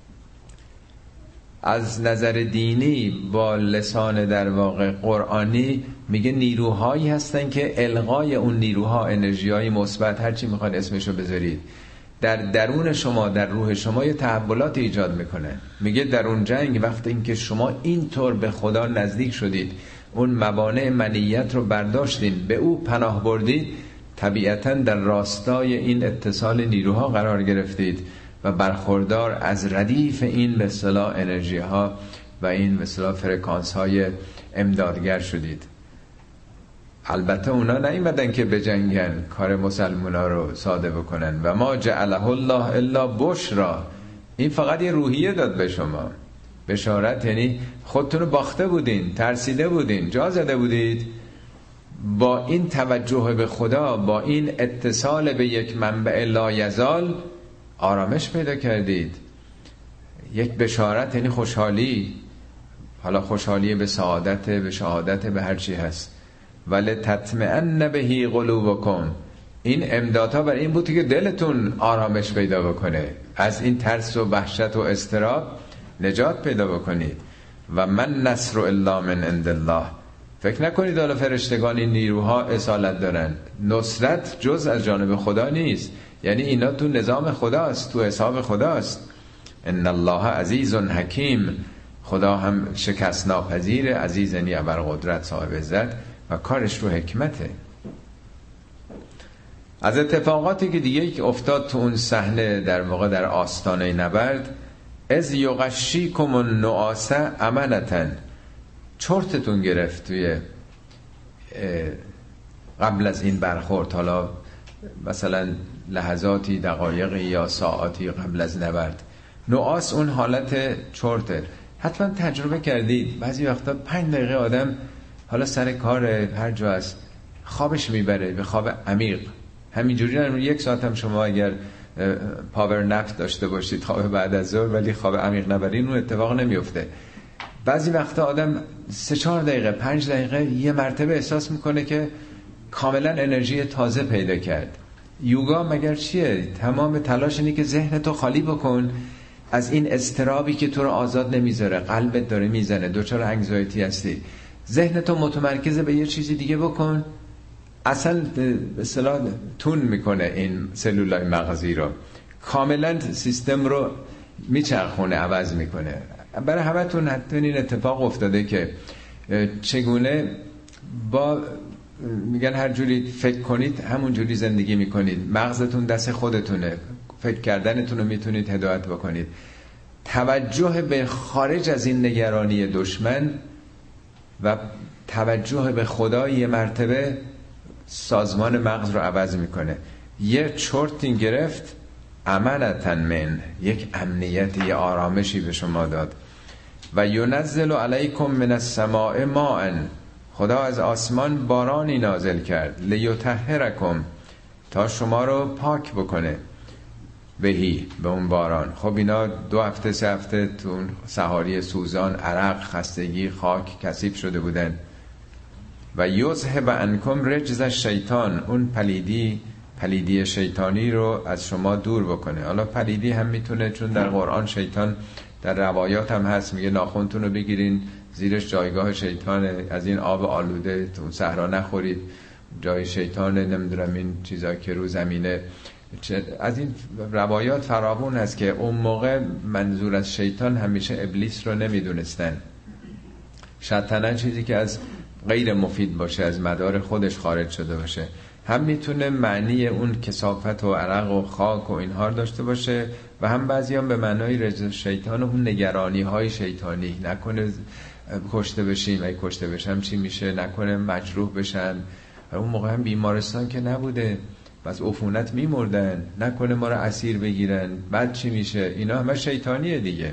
از نظر دینی با لسان در واقع قرآنی میگه نیروهایی هستن که القای اون نیروها، انرژی‌های مثبت، هر چی میخواد اسمشو بذارید، در درون شما، در روح شما یه تحولات ایجاد میکنه. میگه در اون جنگ وقتی اینکه شما اینطور به خدا نزدیک شدید، اون موانع منیت رو برداشتین، به او پناه بردید، طبیعتاً در راستای این اتصال نیروها قرار گرفتید و برخوردار از ردیف این به اصطلاح انرژی ها و این به اصطلاح فرکانس های امدادگر شدید. البته اونا نیومدن که بجنگن، کار مسلمونا رو ساده بکنن. و ما جعله الله الا بشرا، این فقط یه روحیه داد به شما، بشارت. یعنی خودتون رو باخته بودین، ترسیده بودین، جا زده بودید، با این توجه به خدا، با این اتصال به یک منبع لایزال آرامش پیدا کردید. یک بشارت یعنی خوشحالی، حالا خوشحالی به سعادت، به شهادت، به هر چی هست. ولی تطمئن بهی قلوبکم، این امدادها برای این بود که دلتون آرامش پیدا بکنه، از این ترس و وحشت و اضطراب نجات پیدا بکنید. و من نصر الا من عند الله، فکر نکنید حالا فرشتگان این نیروها اصالت دارن، نصرت جز از جانب خدا نیست، یعنی اینا تو نظام خداست، تو حساب خداست. ان الله عزیز حکیم، خدا هم شکست ناپذیر، عزیز یعنی ابرقدرت، صاحب عزت، و کارش رو حکمته. از اتفاقاتی که دیگه که افتاد تو اون صحنه در واقع در آستانه نبرد، از یغشیکم النعاس امنتن، چرتتون گرفت توی قبل از این برخورد، حالا مثلا لحظاتی، دقایقی یا ساعاتی قبل از نبرد. نعاس اون حالت چرته. حتما تجربه کردید بعضی وقتا پنج دقیقه آدم حالا سر کار هر جا است خوابش میبره، به خواب عمیق. همینجوری هم یک ساعت هم شما اگر پاور نپ داشته باشید، خواب بعد از ظهر، ولی خواب عمیق نبرین، اون اتفاق نمیفته. بعضی وقتا آدم سه چهار دقیقه، پنج دقیقه یه مرتبه احساس میکنه که کاملا انرژی تازه پیدا کرد. یوگا مگر چیه؟ تمام تلاش اینه که ذهنتو خالی بکن از این اضطرابی که تو رو آزاد نمیذاره، قلبت داره میزنه، دوچار انگزایتی هستی. ذهنتو متمرکز به یه چیزی دیگه بکن، اصلا به اصطلاح تون میکنه این سلولای مغزی رو، کاملا سیستم رو میچرخونه، عوض میکنه. برای همتون حتی این اتفاق افتاده که چگونه با میگن هر جوری فکر کنید همون جوری زندگی میکنید، مغزتون دست خودتونه، فکر کردنتون رو میتونید هدایت بکنید. توجه به خارج از این نگرانی دشمن و توجه به خدا یه مرتبه سازمان مغز رو عوض میکنه. یه چرتی گرفت، امنتن من، یک امنیت، یه آرامشی به شما داد. و ینزل علیکم من السماء ماء، خدا از آسمان بارانی نازل کرد، لیطهرکم، تا شما رو پاک بکنه، بهی، به اون باران. خب اینا دو هفته سه هفته تو اون سحاری سوزان، عرق، خستگی، خاک کثیف شده بودن. و یذهب عنکم رجز الشیطان، اون پلیدی پلیدی شیطانی رو از شما دور بکنه. حالا پلیدی هم میتونه، چون در قرآن شیطان در روایات هم هست، میگه ناخونتون رو بگیرین زیرش جایگاه شیطانه، از این آب آلوده تو صحرا نخورید، جای شیطانه، نمیدونم این چیزا که رو زمینه. از این روایات فراوون هست که اون موقع منظور از شیطان همیشه ابلیس رو نمیدونستن. شطنا چیزی که از غیر مفید باشه، از مدار خودش خارج شده باشه، هم میتونه معنی اون کثافت و عرق و خاک و اینها داشته باشه، و هم بعضی هم به معنای رجز شیطان و اون نگرانی های شیطانی، نکنه کشته بشیم، اگه کشته بشم چی میشه، نکنه مجروح بشن. اون موقع هم بیمارستان که نبوده، بس عفونت میمردن، نکنه ما رو اسیر بگیرن، بعد چی میشه. اینا همه شیطانیه دیگه.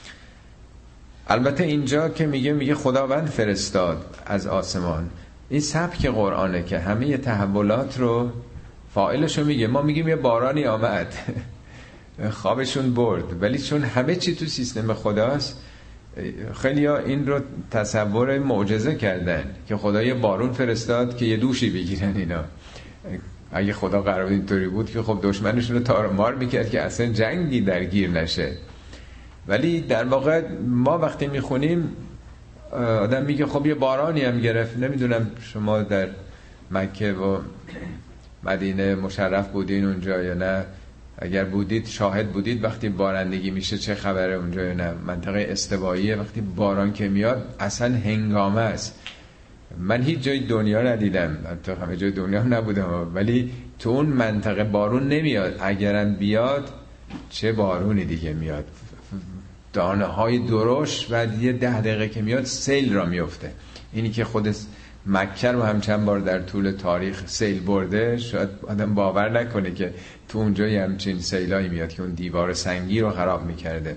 البته اینجا که میگه میگه خداوند فرستاد از آسمان، این سبک قرآنه که همه تحولات رو فاعلش رو میگه. ما میگیم یه بارانی آمد خوابشون برد، ولی چون همه چی تو سیستم خداست، خیلی ها این رو تصور معجزه کردن که خدا یه بارون فرستاد که یه دوشی بگیرن اینا. اگه خدا قرار اینطوری بود که خب دشمنشون رو تارمار میکرد که اصلا جنگی درگیر نشه. ولی در واقع ما وقتی میخونیم آدم میگه خب یه بارانی هم گرفت. نمیدونم شما در مکه و مدینه مشرف بودین اونجا یا نه، اگر بودید شاهد بودید وقتی بارندگی میشه چه خبره اونجا یا نه. منطقه استواییه، وقتی باران که میاد اصلا هنگامه است. من هیچ جای دنیا ندیدم، حتی همه جای دنیا هم نبودم، ولی تو اون منطقه بارون نمیاد. اگرم بیاد چه بارونی دیگه میاد، دانه های درشت، و یه ده دقیقه که میاد سیل را میفته. اینی که خود مکه رو هم چند بار در طول تاریخ سیل برده، شاید آدم باور نکنه که تو اونجا همچین سیلایی میاد که اون دیوار سنگی رو خراب میکرده.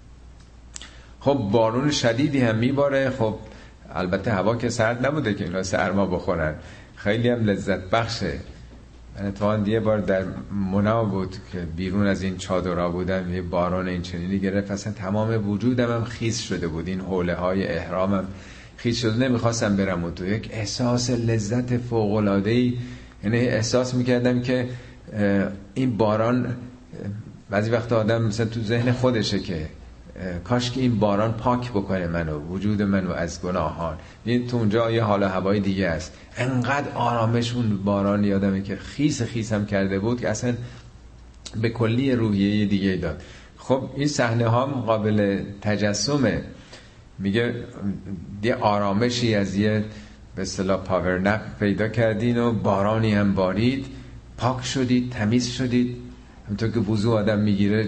خب بارون شدیدی هم میباره. خب البته هوا که سرد نبوده که اینا سرما بخورن، خیلی هم لذت بخشه. من اتفاقاً یه بار در منا بود که بیرون از این چادرها بودم، یه باران این چنینی گرفت، اصلا تمام وجودم هم خیس شده بود، این حوله های احرامم خیس شده، نمیخواستم برم. و تو یک احساس لذت فوق‌العاده‌ای، یعنی احساس میکردم که این باران، بعضی وقت آدم مثلا تو ذهن خودشه که کاش که این باران پاک بکنه منو، وجود منو از گناهان. این تو اونجا یه حال هوای دیگه است. انقدر آرامش اون باران یادمه که خیس خیس هم کرده بود که اصلا به کلی روحیه دیگه داد. خب این صحنه ها قابل تجسمه. میگه یه آرامشی از یه به اصطلاح پاور نپ پیدا کردین و بارانی هم بارید، پاک شدید، تمیز شدید. همونطور که وضو آدم میگیره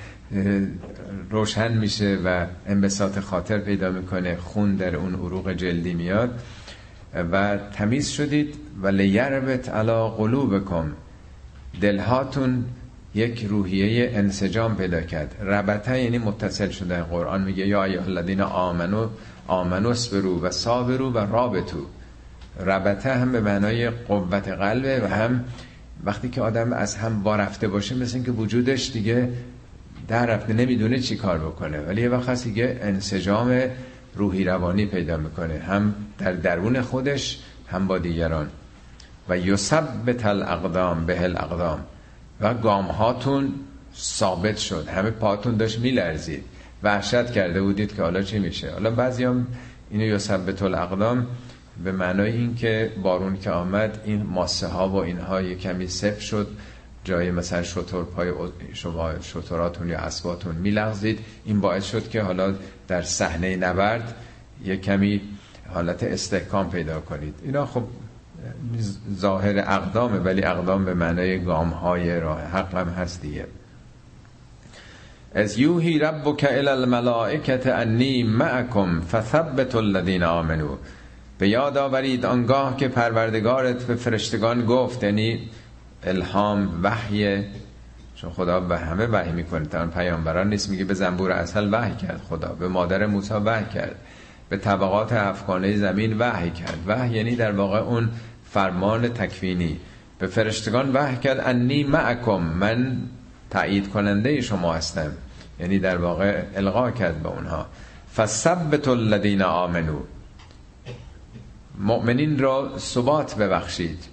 روشن میشه و انبساط خاطر پیدا میکنه، خون در اون عروق جلدی میاد و تمیز شدید. و لیربط علی قلوبکم، دلهاتون یک روحیه انسجام پیدا کرد. ربطه یعنی متصل شدن. قرآن میگه یا ایها الذین آمنو آمنو اصبروا و صابروا و رابطوا. ربطه هم به معنای قوت قلبه، و هم وقتی که آدم از هم وارفته باشه مثل این که وجودش دیگه در رفته، نمیدونه چی کار بکنه، ولی یه وقت هست دیگه انسجام روحی روانی پیدا میکنه، هم در درون خودش هم با دیگران. و یثبت الاقدام به الاقدام، و گام هاتون ثابت شد. همه پاتون داشت میلرزید، وحشت کرده بودید که حالا چی میشه. حالا بعضی هم اینو یثبت الاقدام به معنای این که بارون که آمد این ماسه ها و اینها یه کمی سفت شد، جای مثلا شتر پای شما شتراتون یا اسباتون میلغزید، این باعث شد که حالا در صحنه نبرد یه کمی حالت استحکام پیدا کنید. اینا خب ظاهر اقدامه، ولی اقدام به معنای گام های راه حق هم هست دیگه. از یوحی ربک الی الملائکه انی معکم فثبتوا الذین آمنوا. به یاد آورید آنگاه که پروردگارت به فرشتگان گفت، یعنی الهام وحی، چون خدا به همه وحی میکنه، تا پیامبران نیست. میگه به زنبور عسل وحی کرد خدا، به مادر موسی وحی کرد، به طبقات هفتگانه زمین وحی کرد. وحی یعنی در واقع اون فرمان تکوینی. به فرشتگان وحی کرد انی معکم، من تایید کننده شما هستم، یعنی در واقع القا کرد به اونها. فثبتوا الذین آمنوا، مؤمنین را ثبات ببخشید.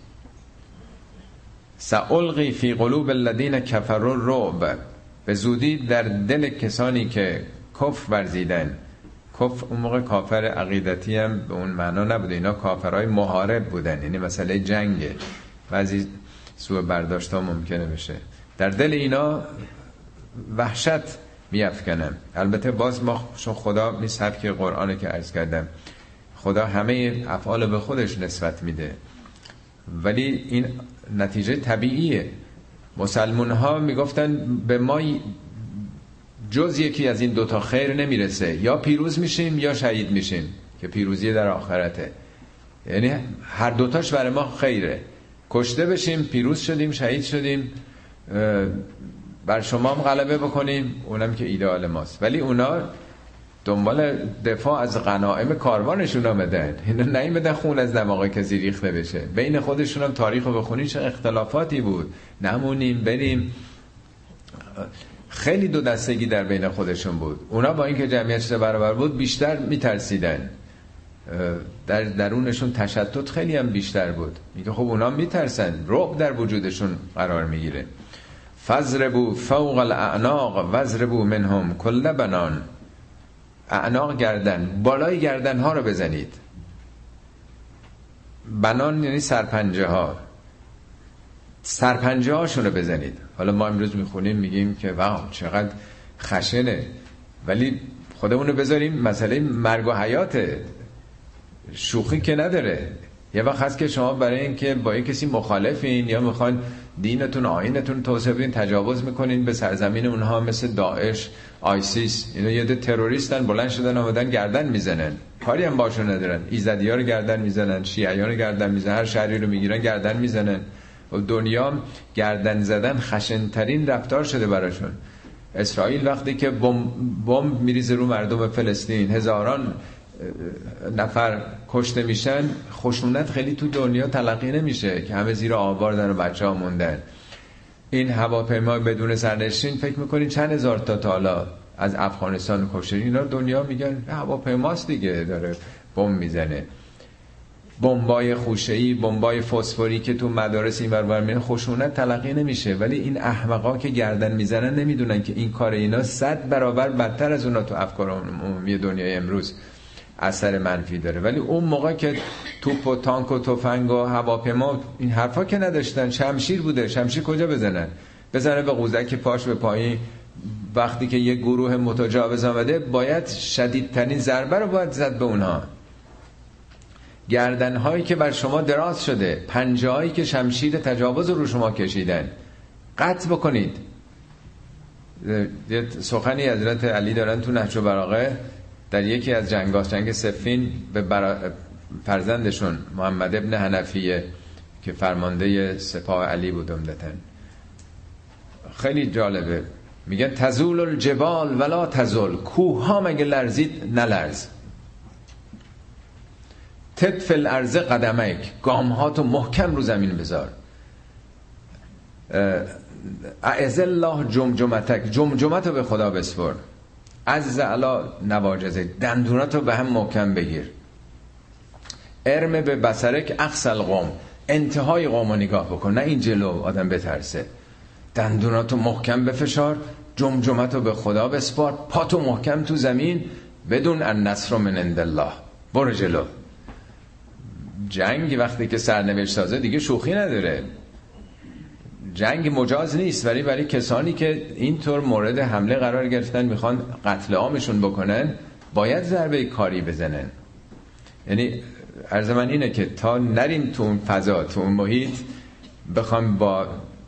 سألقی فی قلوب الذین کفروا الرعب، به زودی در دل کسانی که کفر ورزیدن. کفر اون موقع کافر عقیدتی هم به اون معنا نبوده، اینا کافرهای محارب بودن، یعنی مسئله جنگه، بعضی سوء برداشت ها ممکنه بشه. در دل اینا وحشت میافکنم. البته باز ما چون خدا می سبک قرآنه که عرض کردم، خدا همه افعال به خودش نسبت میده، ولی این نتیجه طبیعیه. مسلمان ها میگفتن به ما جز یکی از این دوتا خیر نمیرسه، یا پیروز میشیم یا شهید میشیم، که پیروزی در آخرته. یعنی هر دوتاش برای ما خیره، کشته بشیم پیروز شدیم، شهید شدیم، بر شما هم غلبه بکنیم، اونم که ایدئال ماست. ولی اونا دنبال دفاع از غنایم کاروانشون آمدن، اینا نیومدن خون از دماغ کسی ریخته بشه. بین خودشون هم تاریخ رو بخونی چه اختلافاتی بود، نمونیم بریم. خیلی دو دستگی در بین خودشون بود. اونا با اینکه جمعیت سه برابر بود بیشتر میترسیدن، در درونشون تشتت خیلی هم بیشتر بود. میگه خب اونا میترسن، رعب در وجودشون قرار میگیره. فضربوا فوق الاعناق وضربوا منهم کل بنان. اعناق گردن، بالای گردن ها رو بزنید. بنان یعنی سرپنجه ها، سرپنجه هاشون رو بزنید. حالا ما امروز میخونیم میگیم که واو چقدر خشنه، ولی خودمونو بذاریم مسئله مرگ و حیاته، شوخی که نداره. یه وقت هست که شما برای اینکه با یک کسی مخالفین یا میخوان دینتون آیینتون توسعه بدین، تجاوز میکنین به سرزمین اونها، مثل داعش، آیسیس. اینا یه ده تروریستن، بلند شدن آمدن گردن میزنن، کاری هم باشون ندارن. ایزدی‌ها رو گردن میزنن، شیعیان رو گردن میزنن، هر شهری رو میگیرن گردن میزنن. و دنیا گردن زدن خشن‌ترین رفتار شده براشون. اسرائیل وقتی که بمب بمب میریزه رو مردم فلسطین، هزاران نفر کشته میشن، خشونت خیلی تو دنیا تلقی نمیشه که همه زیر آوار و بچه ها موندن. این هواپیما بدون سرنشین فکر میکنین چند هزار تا تالا از افغانستان کشته. اینا دنیا میگن هواپیماست دیگه، داره بمب میزنه. بمبای خوشه‌ای، بمبای فسفوری که تو مدارس این ور ور میره، خشونت تلقی نمیشه. ولی این احمقا که گردن میزنن نمیدونن که این کار اینا صد برابر بدتر از اونا تو افکار عمومی دنیای امروز اثر منفی داره. ولی اون موقع که توپ و تانک و تفنگ و هواپیما این حرفا که نداشتن، شمشیر بوده. شمشیر کجا بزنن؟ بزنه به قوزک پاش به پایین. وقتی که یک گروه متجاوز آمده باید شدیدترین ضربه رو باید زد به اونها. گردنهایی که بر شما دراز شده، پنجه‌هایی که شمشیر تجاوز رو شما کشیدن، قطع بکنید. یه سخنی حضرت علی دارن تو نهج البلاغه، در یکی از جنگ‌ها، جنگ صفین، به برا... فرزندشون محمد ابن حنفیه که فرمانده سپاه علی بود عمدتاً، خیلی جالبه. میگن تزول الجبال ولا تزول، کوه ها مگه لرزید نلرز. تدفع الارض قدمک، گام ها تو محکم رو زمین بذار. اعز الله جمجمتک، جمجمتو به خدا بسپر. عز علا نواجزه، دندوناتو به هم محکم بگیر. ارم به بصرک اقصى القوم، انتهای قومو نگاه بکن، نه این جلو آدم بترسه. دندوناتو محکم بفشار، جمجمتو به خدا بسپار، پاتو محکم تو زمین، بدون النصر من عند الله، برو جلو. جنگ وقتی که سرنوشت سازه دیگه شوخی نداره. جنگ مجاز نیست، ولی برای کسانی که اینطور مورد حمله قرار گرفتن، میخوان قتل عامشون بکنن، باید ضربه کاری بزنن. یعنی عرض من اینه که تا نریم تو اون فضا، تو اون محیط، بخوام با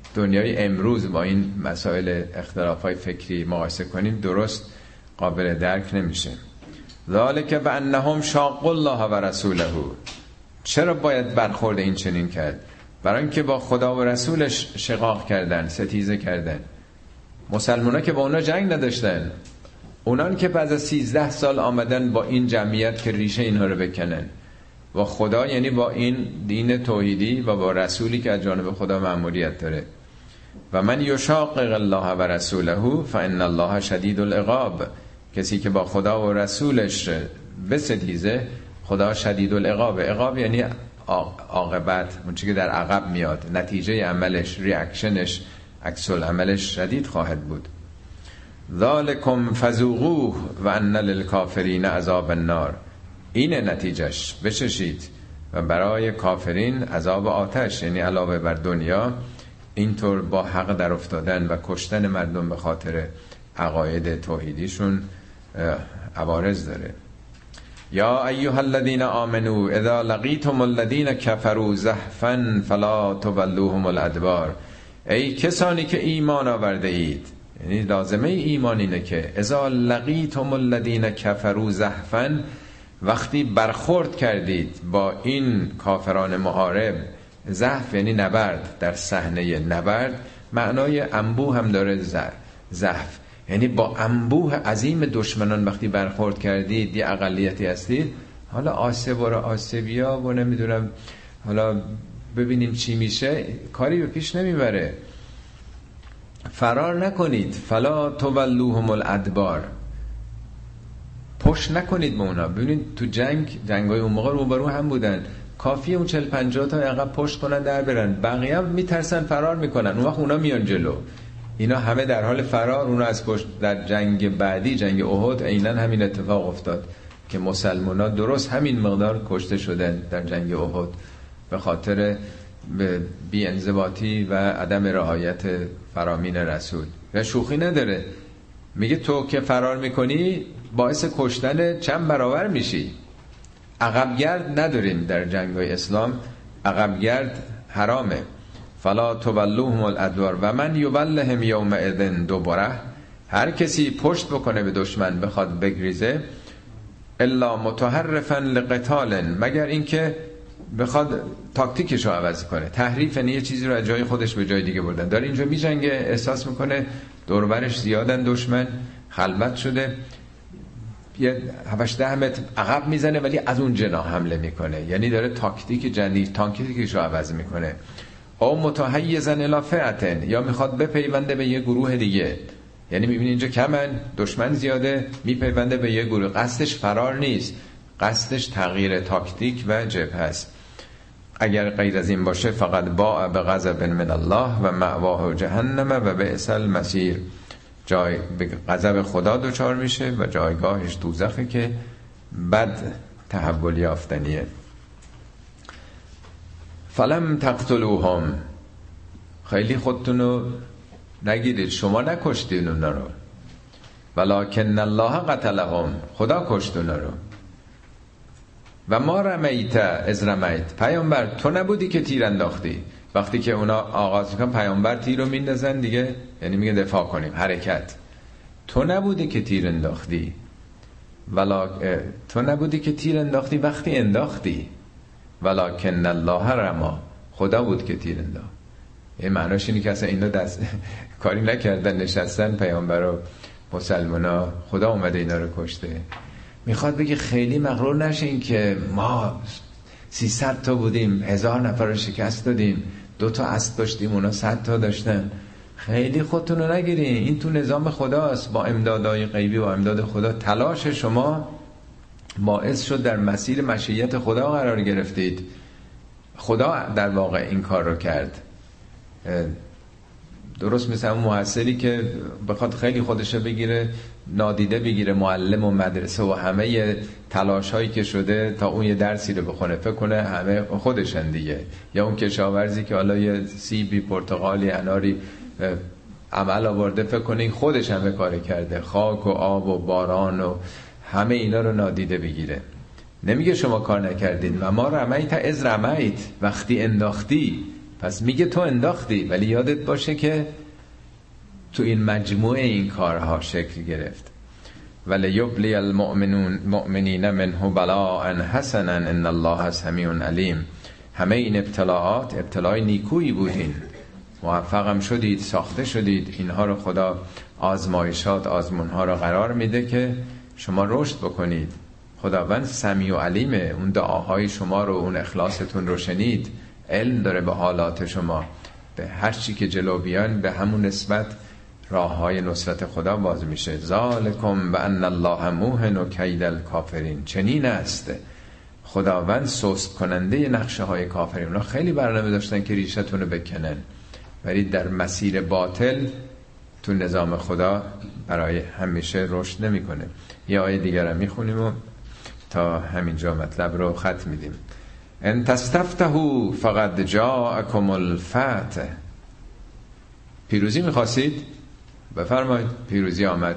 دنیای امروز با این مسائل اختلافات فکری مقایسه کنیم درست قابل درک نمیشه. ذالک بانهم شاقوا الله و رسوله. چرا باید برخورد این چنین کرد؟ برای اینکه با خدا و رسولش شقاق کردن، ستیزه کردن. مسلمونا که با اونا جنگ نداشتن، اونان که بعد از سیزده سال آمدن با این جمعیت که ریشه اینها رو بکنن با خدا، یعنی با این دین توحیدی و با رسولی که از جانب خدا مأموریت داره. و من یشاقق الله و رسوله فان الله شدید العقاب. کسی که با خدا و رسولش بستیزه، خدا شدید العقاب. عقاب یعنی عاقبت، اون چیزی که در عقب میاد، نتیجه عملش، ریاکشنش، عکس العملش شدید خواهد بود. ذالکم فذوقوه و ان للکافرین عذاب النار. اینه نتیجهش، بچشید. و برای کافرین عذاب آتش، یعنی علاوه بر دنیا اینطور با حق در افتادن و کشتن مردم به خاطر عقاید توحیدیشون عوارض داره. یا ایها الذین آمنوا اذا لقیتم الذین کفروا زحفا فلا تولوهم الادبار. ای کسانی که ایمان آورده اید، یعنی لازمه ایمان اینه که اذا لقیتم الذین کفروا زحفا، وقتی برخورد کردید با این کافران محارب. زحف یعنی نبرد، در صحنه نبرد. معنای انبوه هم داره زحف، یعنی با انبوه عظیم دشمنان وقتی برخورد کردید، یه اقلیتی هستید، حالا آسب و آسبیا و نمیدونم حالا ببینیم چی میشه، کاری به پیش نمیبره. فرار نکنید، فلا تولوهم الادبار، پشت نکنید به اونا. ببینید تو جنگ، جنگای اون موقع روبرو هم بودن، کافیه اون چهل پنجاه تا عقب پشت کنن در برن، بقیه هم میترسن فرار میکنن، اون وقت اونا میان جلو. اینا همه در حال فرار، اونا از پشت. در جنگ بعدی، جنگ احد، عیناً همین اتفاق افتاد که مسلمونا درست همین مقدار کشته شدن در جنگ احد به خاطر بی انضباطی و عدم رعایت فرامین رسول. و شوخی نداره، میگه تو که فرار میکنی باعث کشتن چند برابر میشی. عقبگرد نداریم در جنگ‌های اسلام، عقبگرد حرامه. فلا تولوهم الادبار و من یولهم یومئذ دبره. هر کسی پشت بکنه به دشمن، بخواد بگریزه، الا متحرفا لقتال، مگر اینکه بخواد تاکتیکش رو عوض کنه. تحریف یعنی یه چیزی رو از جای خودش به جای دیگه بردن. داره اینجا میجنگه، احساس میکنه دور و برش زیادن دشمن، خلوت شده، یه هفتش ده متر عقب میزنه ولی از اون جناح حمله میکنه، یعنی داره تاکتیک جدید، تاکتیکش رو عوض میکنه. او متحیزا الی فئه، یا میخواد بپیونده به یه گروه دیگه، یعنی میبینی اینجا کمن، دشمن زیاده، میپیونده به یه گروه. قصدش فرار نیست، قصدش تغییر تاکتیک و جبهه است. اگر غیر از این باشه فقط باء بغضب من الله و مأواه جهنم و بئس المصیر. جای به غضب خدا دچار میشه و جایگاهش دوزخه که بد تحول یافتنیه. فلم تقتلوهم، خیلی خودتونو نگیرید، شما نکشتین اونا رو، ولکن الله قتلهم، خدا کشت اونا رو. و ما رمیت از رمیت، پیامبر تو نبودی که تیر انداختی. وقتی که اونا آغاز میکنن پیامبر تیر رو میندازن دیگه، یعنی میگه دفاع کنیم، حرکت. تو نبودی که تیر انداختی، ولا تو نبودی که تیر انداختی وقتی انداختی، ولکن الله رما، خدا بود که تیر انداخت. این معناش اینه که اصلا اینا دست کاری نکردن، نشستن پیامبر و مسلمانا، خدا اومده اینا رو کشته. میخواد بگه خیلی مغرور نشین که ما سیصد تا بودیم، هزار نفر رو شکست دادیم، دو تا اسب داشتیم اونا صد تا داشتن. خیلی خودتون رو نگیرین، این تو نظام خداست، با امدادهای غیبی و امداد خدا. تلاش شما باعث شد در مسیر مشیت خدا قرار گرفتید. خدا در واقع این کار رو کرد. درست مثل اون محصلی که بخواد خیلی خودشه بگیره، نادیده بگیره معلم و مدرسه و همه تلاش هایی که شده تا اون یه درسی رو بخونه، فکر کنه همه خودشن دیگه. یا اون کشاورزی که حالا یه سیبی، پرتقالی، اناری عمل آورده، فکر کنه این خودش همه کار کرده، خاک و آب و باران و همه اینا رو نادیده بگیره. نمیگه شما کار نکردین. و ما رمیت از رمیت، وقتی انداختی، پس میگه تو انداختی، ولی یادت باشه که تو این مجموعه این کارها شکل گرفت. ولیبلی المؤمنون مؤمنین منه بلاء حسنا ان الله سمیع علیم. همه این ابتلاعات ابتلای نیکویی بودین، موفقم شدید، ساخته شدید. اینها رو خدا آزمایشات، آزمونها رو قرار میده که شما رشد بکنید. خداوند سمیع و علیمه، اون دعاهای شما رو، اون اخلاصتون رو شنید، علم داره به حالات شما. به هر چی که جلو بیان به همون نسبت راه های نصرت خدا باز میشه. ذالکم بان الله موهن کید الکافرین. چنین است خداوند سست کننده نقشه های کافرین. اونا خیلی برنامه داشتن که ریشتون رو بکنن، ولی در مسیر باطل تو نظام خدا برای همیشه رشد نمیکنه. یه آیه دیگر هم میخونیم و تا همینجا مطلب رو ختم میدیم. ان تستفتحوا فقد جاءکم الفتح. پیروزی میخواستید؟ بفرمایید پیروزی آمد.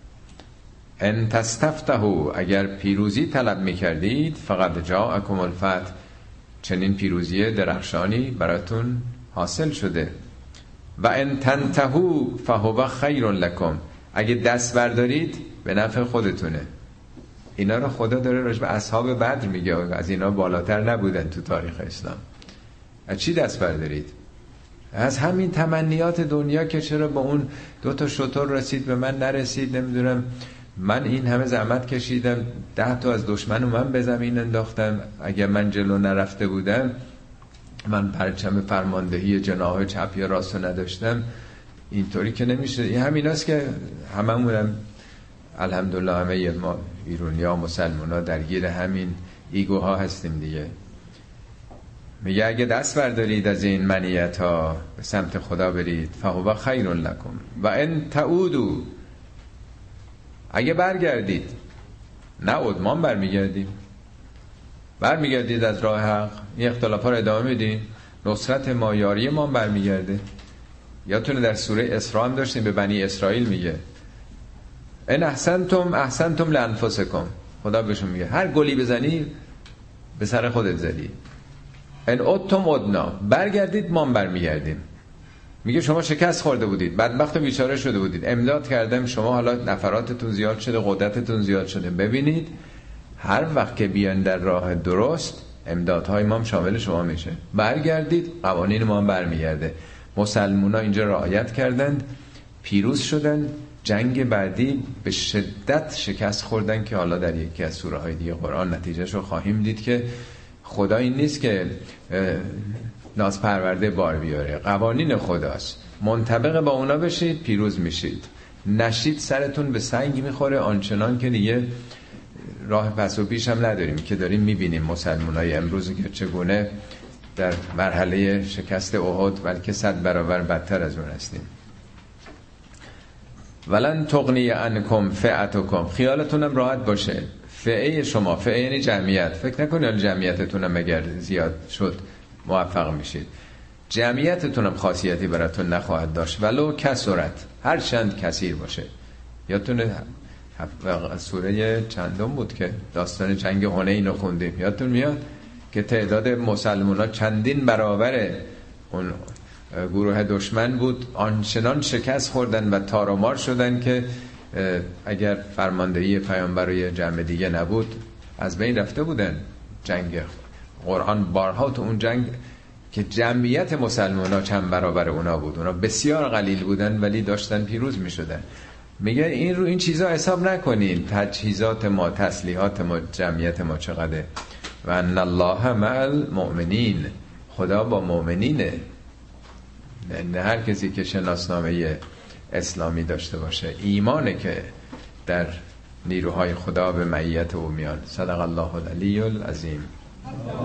ان تستفتحوا، اگر پیروزی طلب میکردید، فقد جاءکم الفتح، چنین پیروزی درخشانی براتون حاصل شده. و ان تنتهوا فهو خیر لکم، اگه دست بردارید به نفع خودتونه. اینا رو خدا داره راجع به اصحاب بدر میگه، از اینا بالاتر نبودن تو تاریخ اسلام. از چی دست بردارید؟ از همین تمنیات دنیا که چرا با اون دو تا شتر رسید به من نرسید، نمیدونم من این همه زحمت کشیدم، ده تا از دشمنو من به زمین انداختم، اگر من جلو نرفته بودم، من پرچم فرماندهی جناح چپ یا راست نداشتم، اینطوری که نمیشه. این همیناست که هممونم الحمدلله همه ما ایرانی‌ها مسلمان‌ها درگیر همین ایگوها هستیم دیگه. میگه اگه دست بردارید از این منیت ها به سمت خدا برید، فهو خیر لکم و ان تعودوا، اگه برگردید، نه عدمان برمیگردید، برمیگردید از راه حق، این اختلافا رو ادامه میدین، نصرت ما، یاری ما برمیگرده. یادتونه در سوره اسراء هم داشتیم، به بنی اسرائیل میگه ان احسنتم احسنتم لانفسکم. خدا بهشون میگه هر گلی بزنی به سر خودت زدی. ان عدتم عدنا، برگردید ما برمیگردیم. میگه شما شکست خورده بودید، بدبخت و بیچاره شده بودید، امداد کردم، شما حالا نفراتتون زیاد شده، قدرتتون زیاد شده، ببینید هر وقت که بیان در راه درست امدادهای ما هم شامل شما میشه، برگردید قوانین ما هم برمیگرده. مسلمونا اینجا رعایت کردند، پیروز شدن. جنگ بعدی به شدت شکست خوردن که حالا در یکی از سوره های دیگه قرآن نتیجهش رو خواهیم دید که خدا این نیست که ناز پرورده بار بیاره، قوانین خداست. منطبق با اونا بشید پیروز میشید، نشید سرتون به سنگ میخوره، آنچنان که دیگه راه پس و پیش هم نداریم که داریم میبینیم مسلمانای امروز که چگونه در مرحله شکست احد بلکه صد برابر بدتر از اون هستیم. ولن تغنی عنکم فئتکم، خیالتونم راحت باشه، فئه شما، فئه یعنی جمعیت، فکر نکنید جمعیتتونم اگر زیاد شد موفق میشید، جمعیتتونم خاصیتی براتون نخواهد داشت، ولو کثرت، هر چند کثیر باشه. یادتونه سوره چندم بود که داستان جنگ حنین رو خوندیم، یادتون میاد که تعداد مسلمان‌ها چندین برابر اون گروه دشمن بود، آنچنان شکست خوردن و تار و مار شدن که اگر فرماندهی پیامبر و جمع دیگه نبود از بین رفته بودن. جنگ قرآن بارها تو اون جنگ که جمعیت مسلمان ها چند برابر اونا بود، اونا بسیار قلیل بودن ولی داشتن پیروز می شدن. میگه این رو این چیزا حساب نکنین، تجهیزات ما، تسلیحات ما، جمعیت ما چقدره. و ان الله مع المؤمنین، خدا با مؤمنینه، نه هر کسی که شناسنامه اسلامی داشته باشه، ایمانه که در نیروهای خدا به معیت او میان. صدق الله العلی العظیم.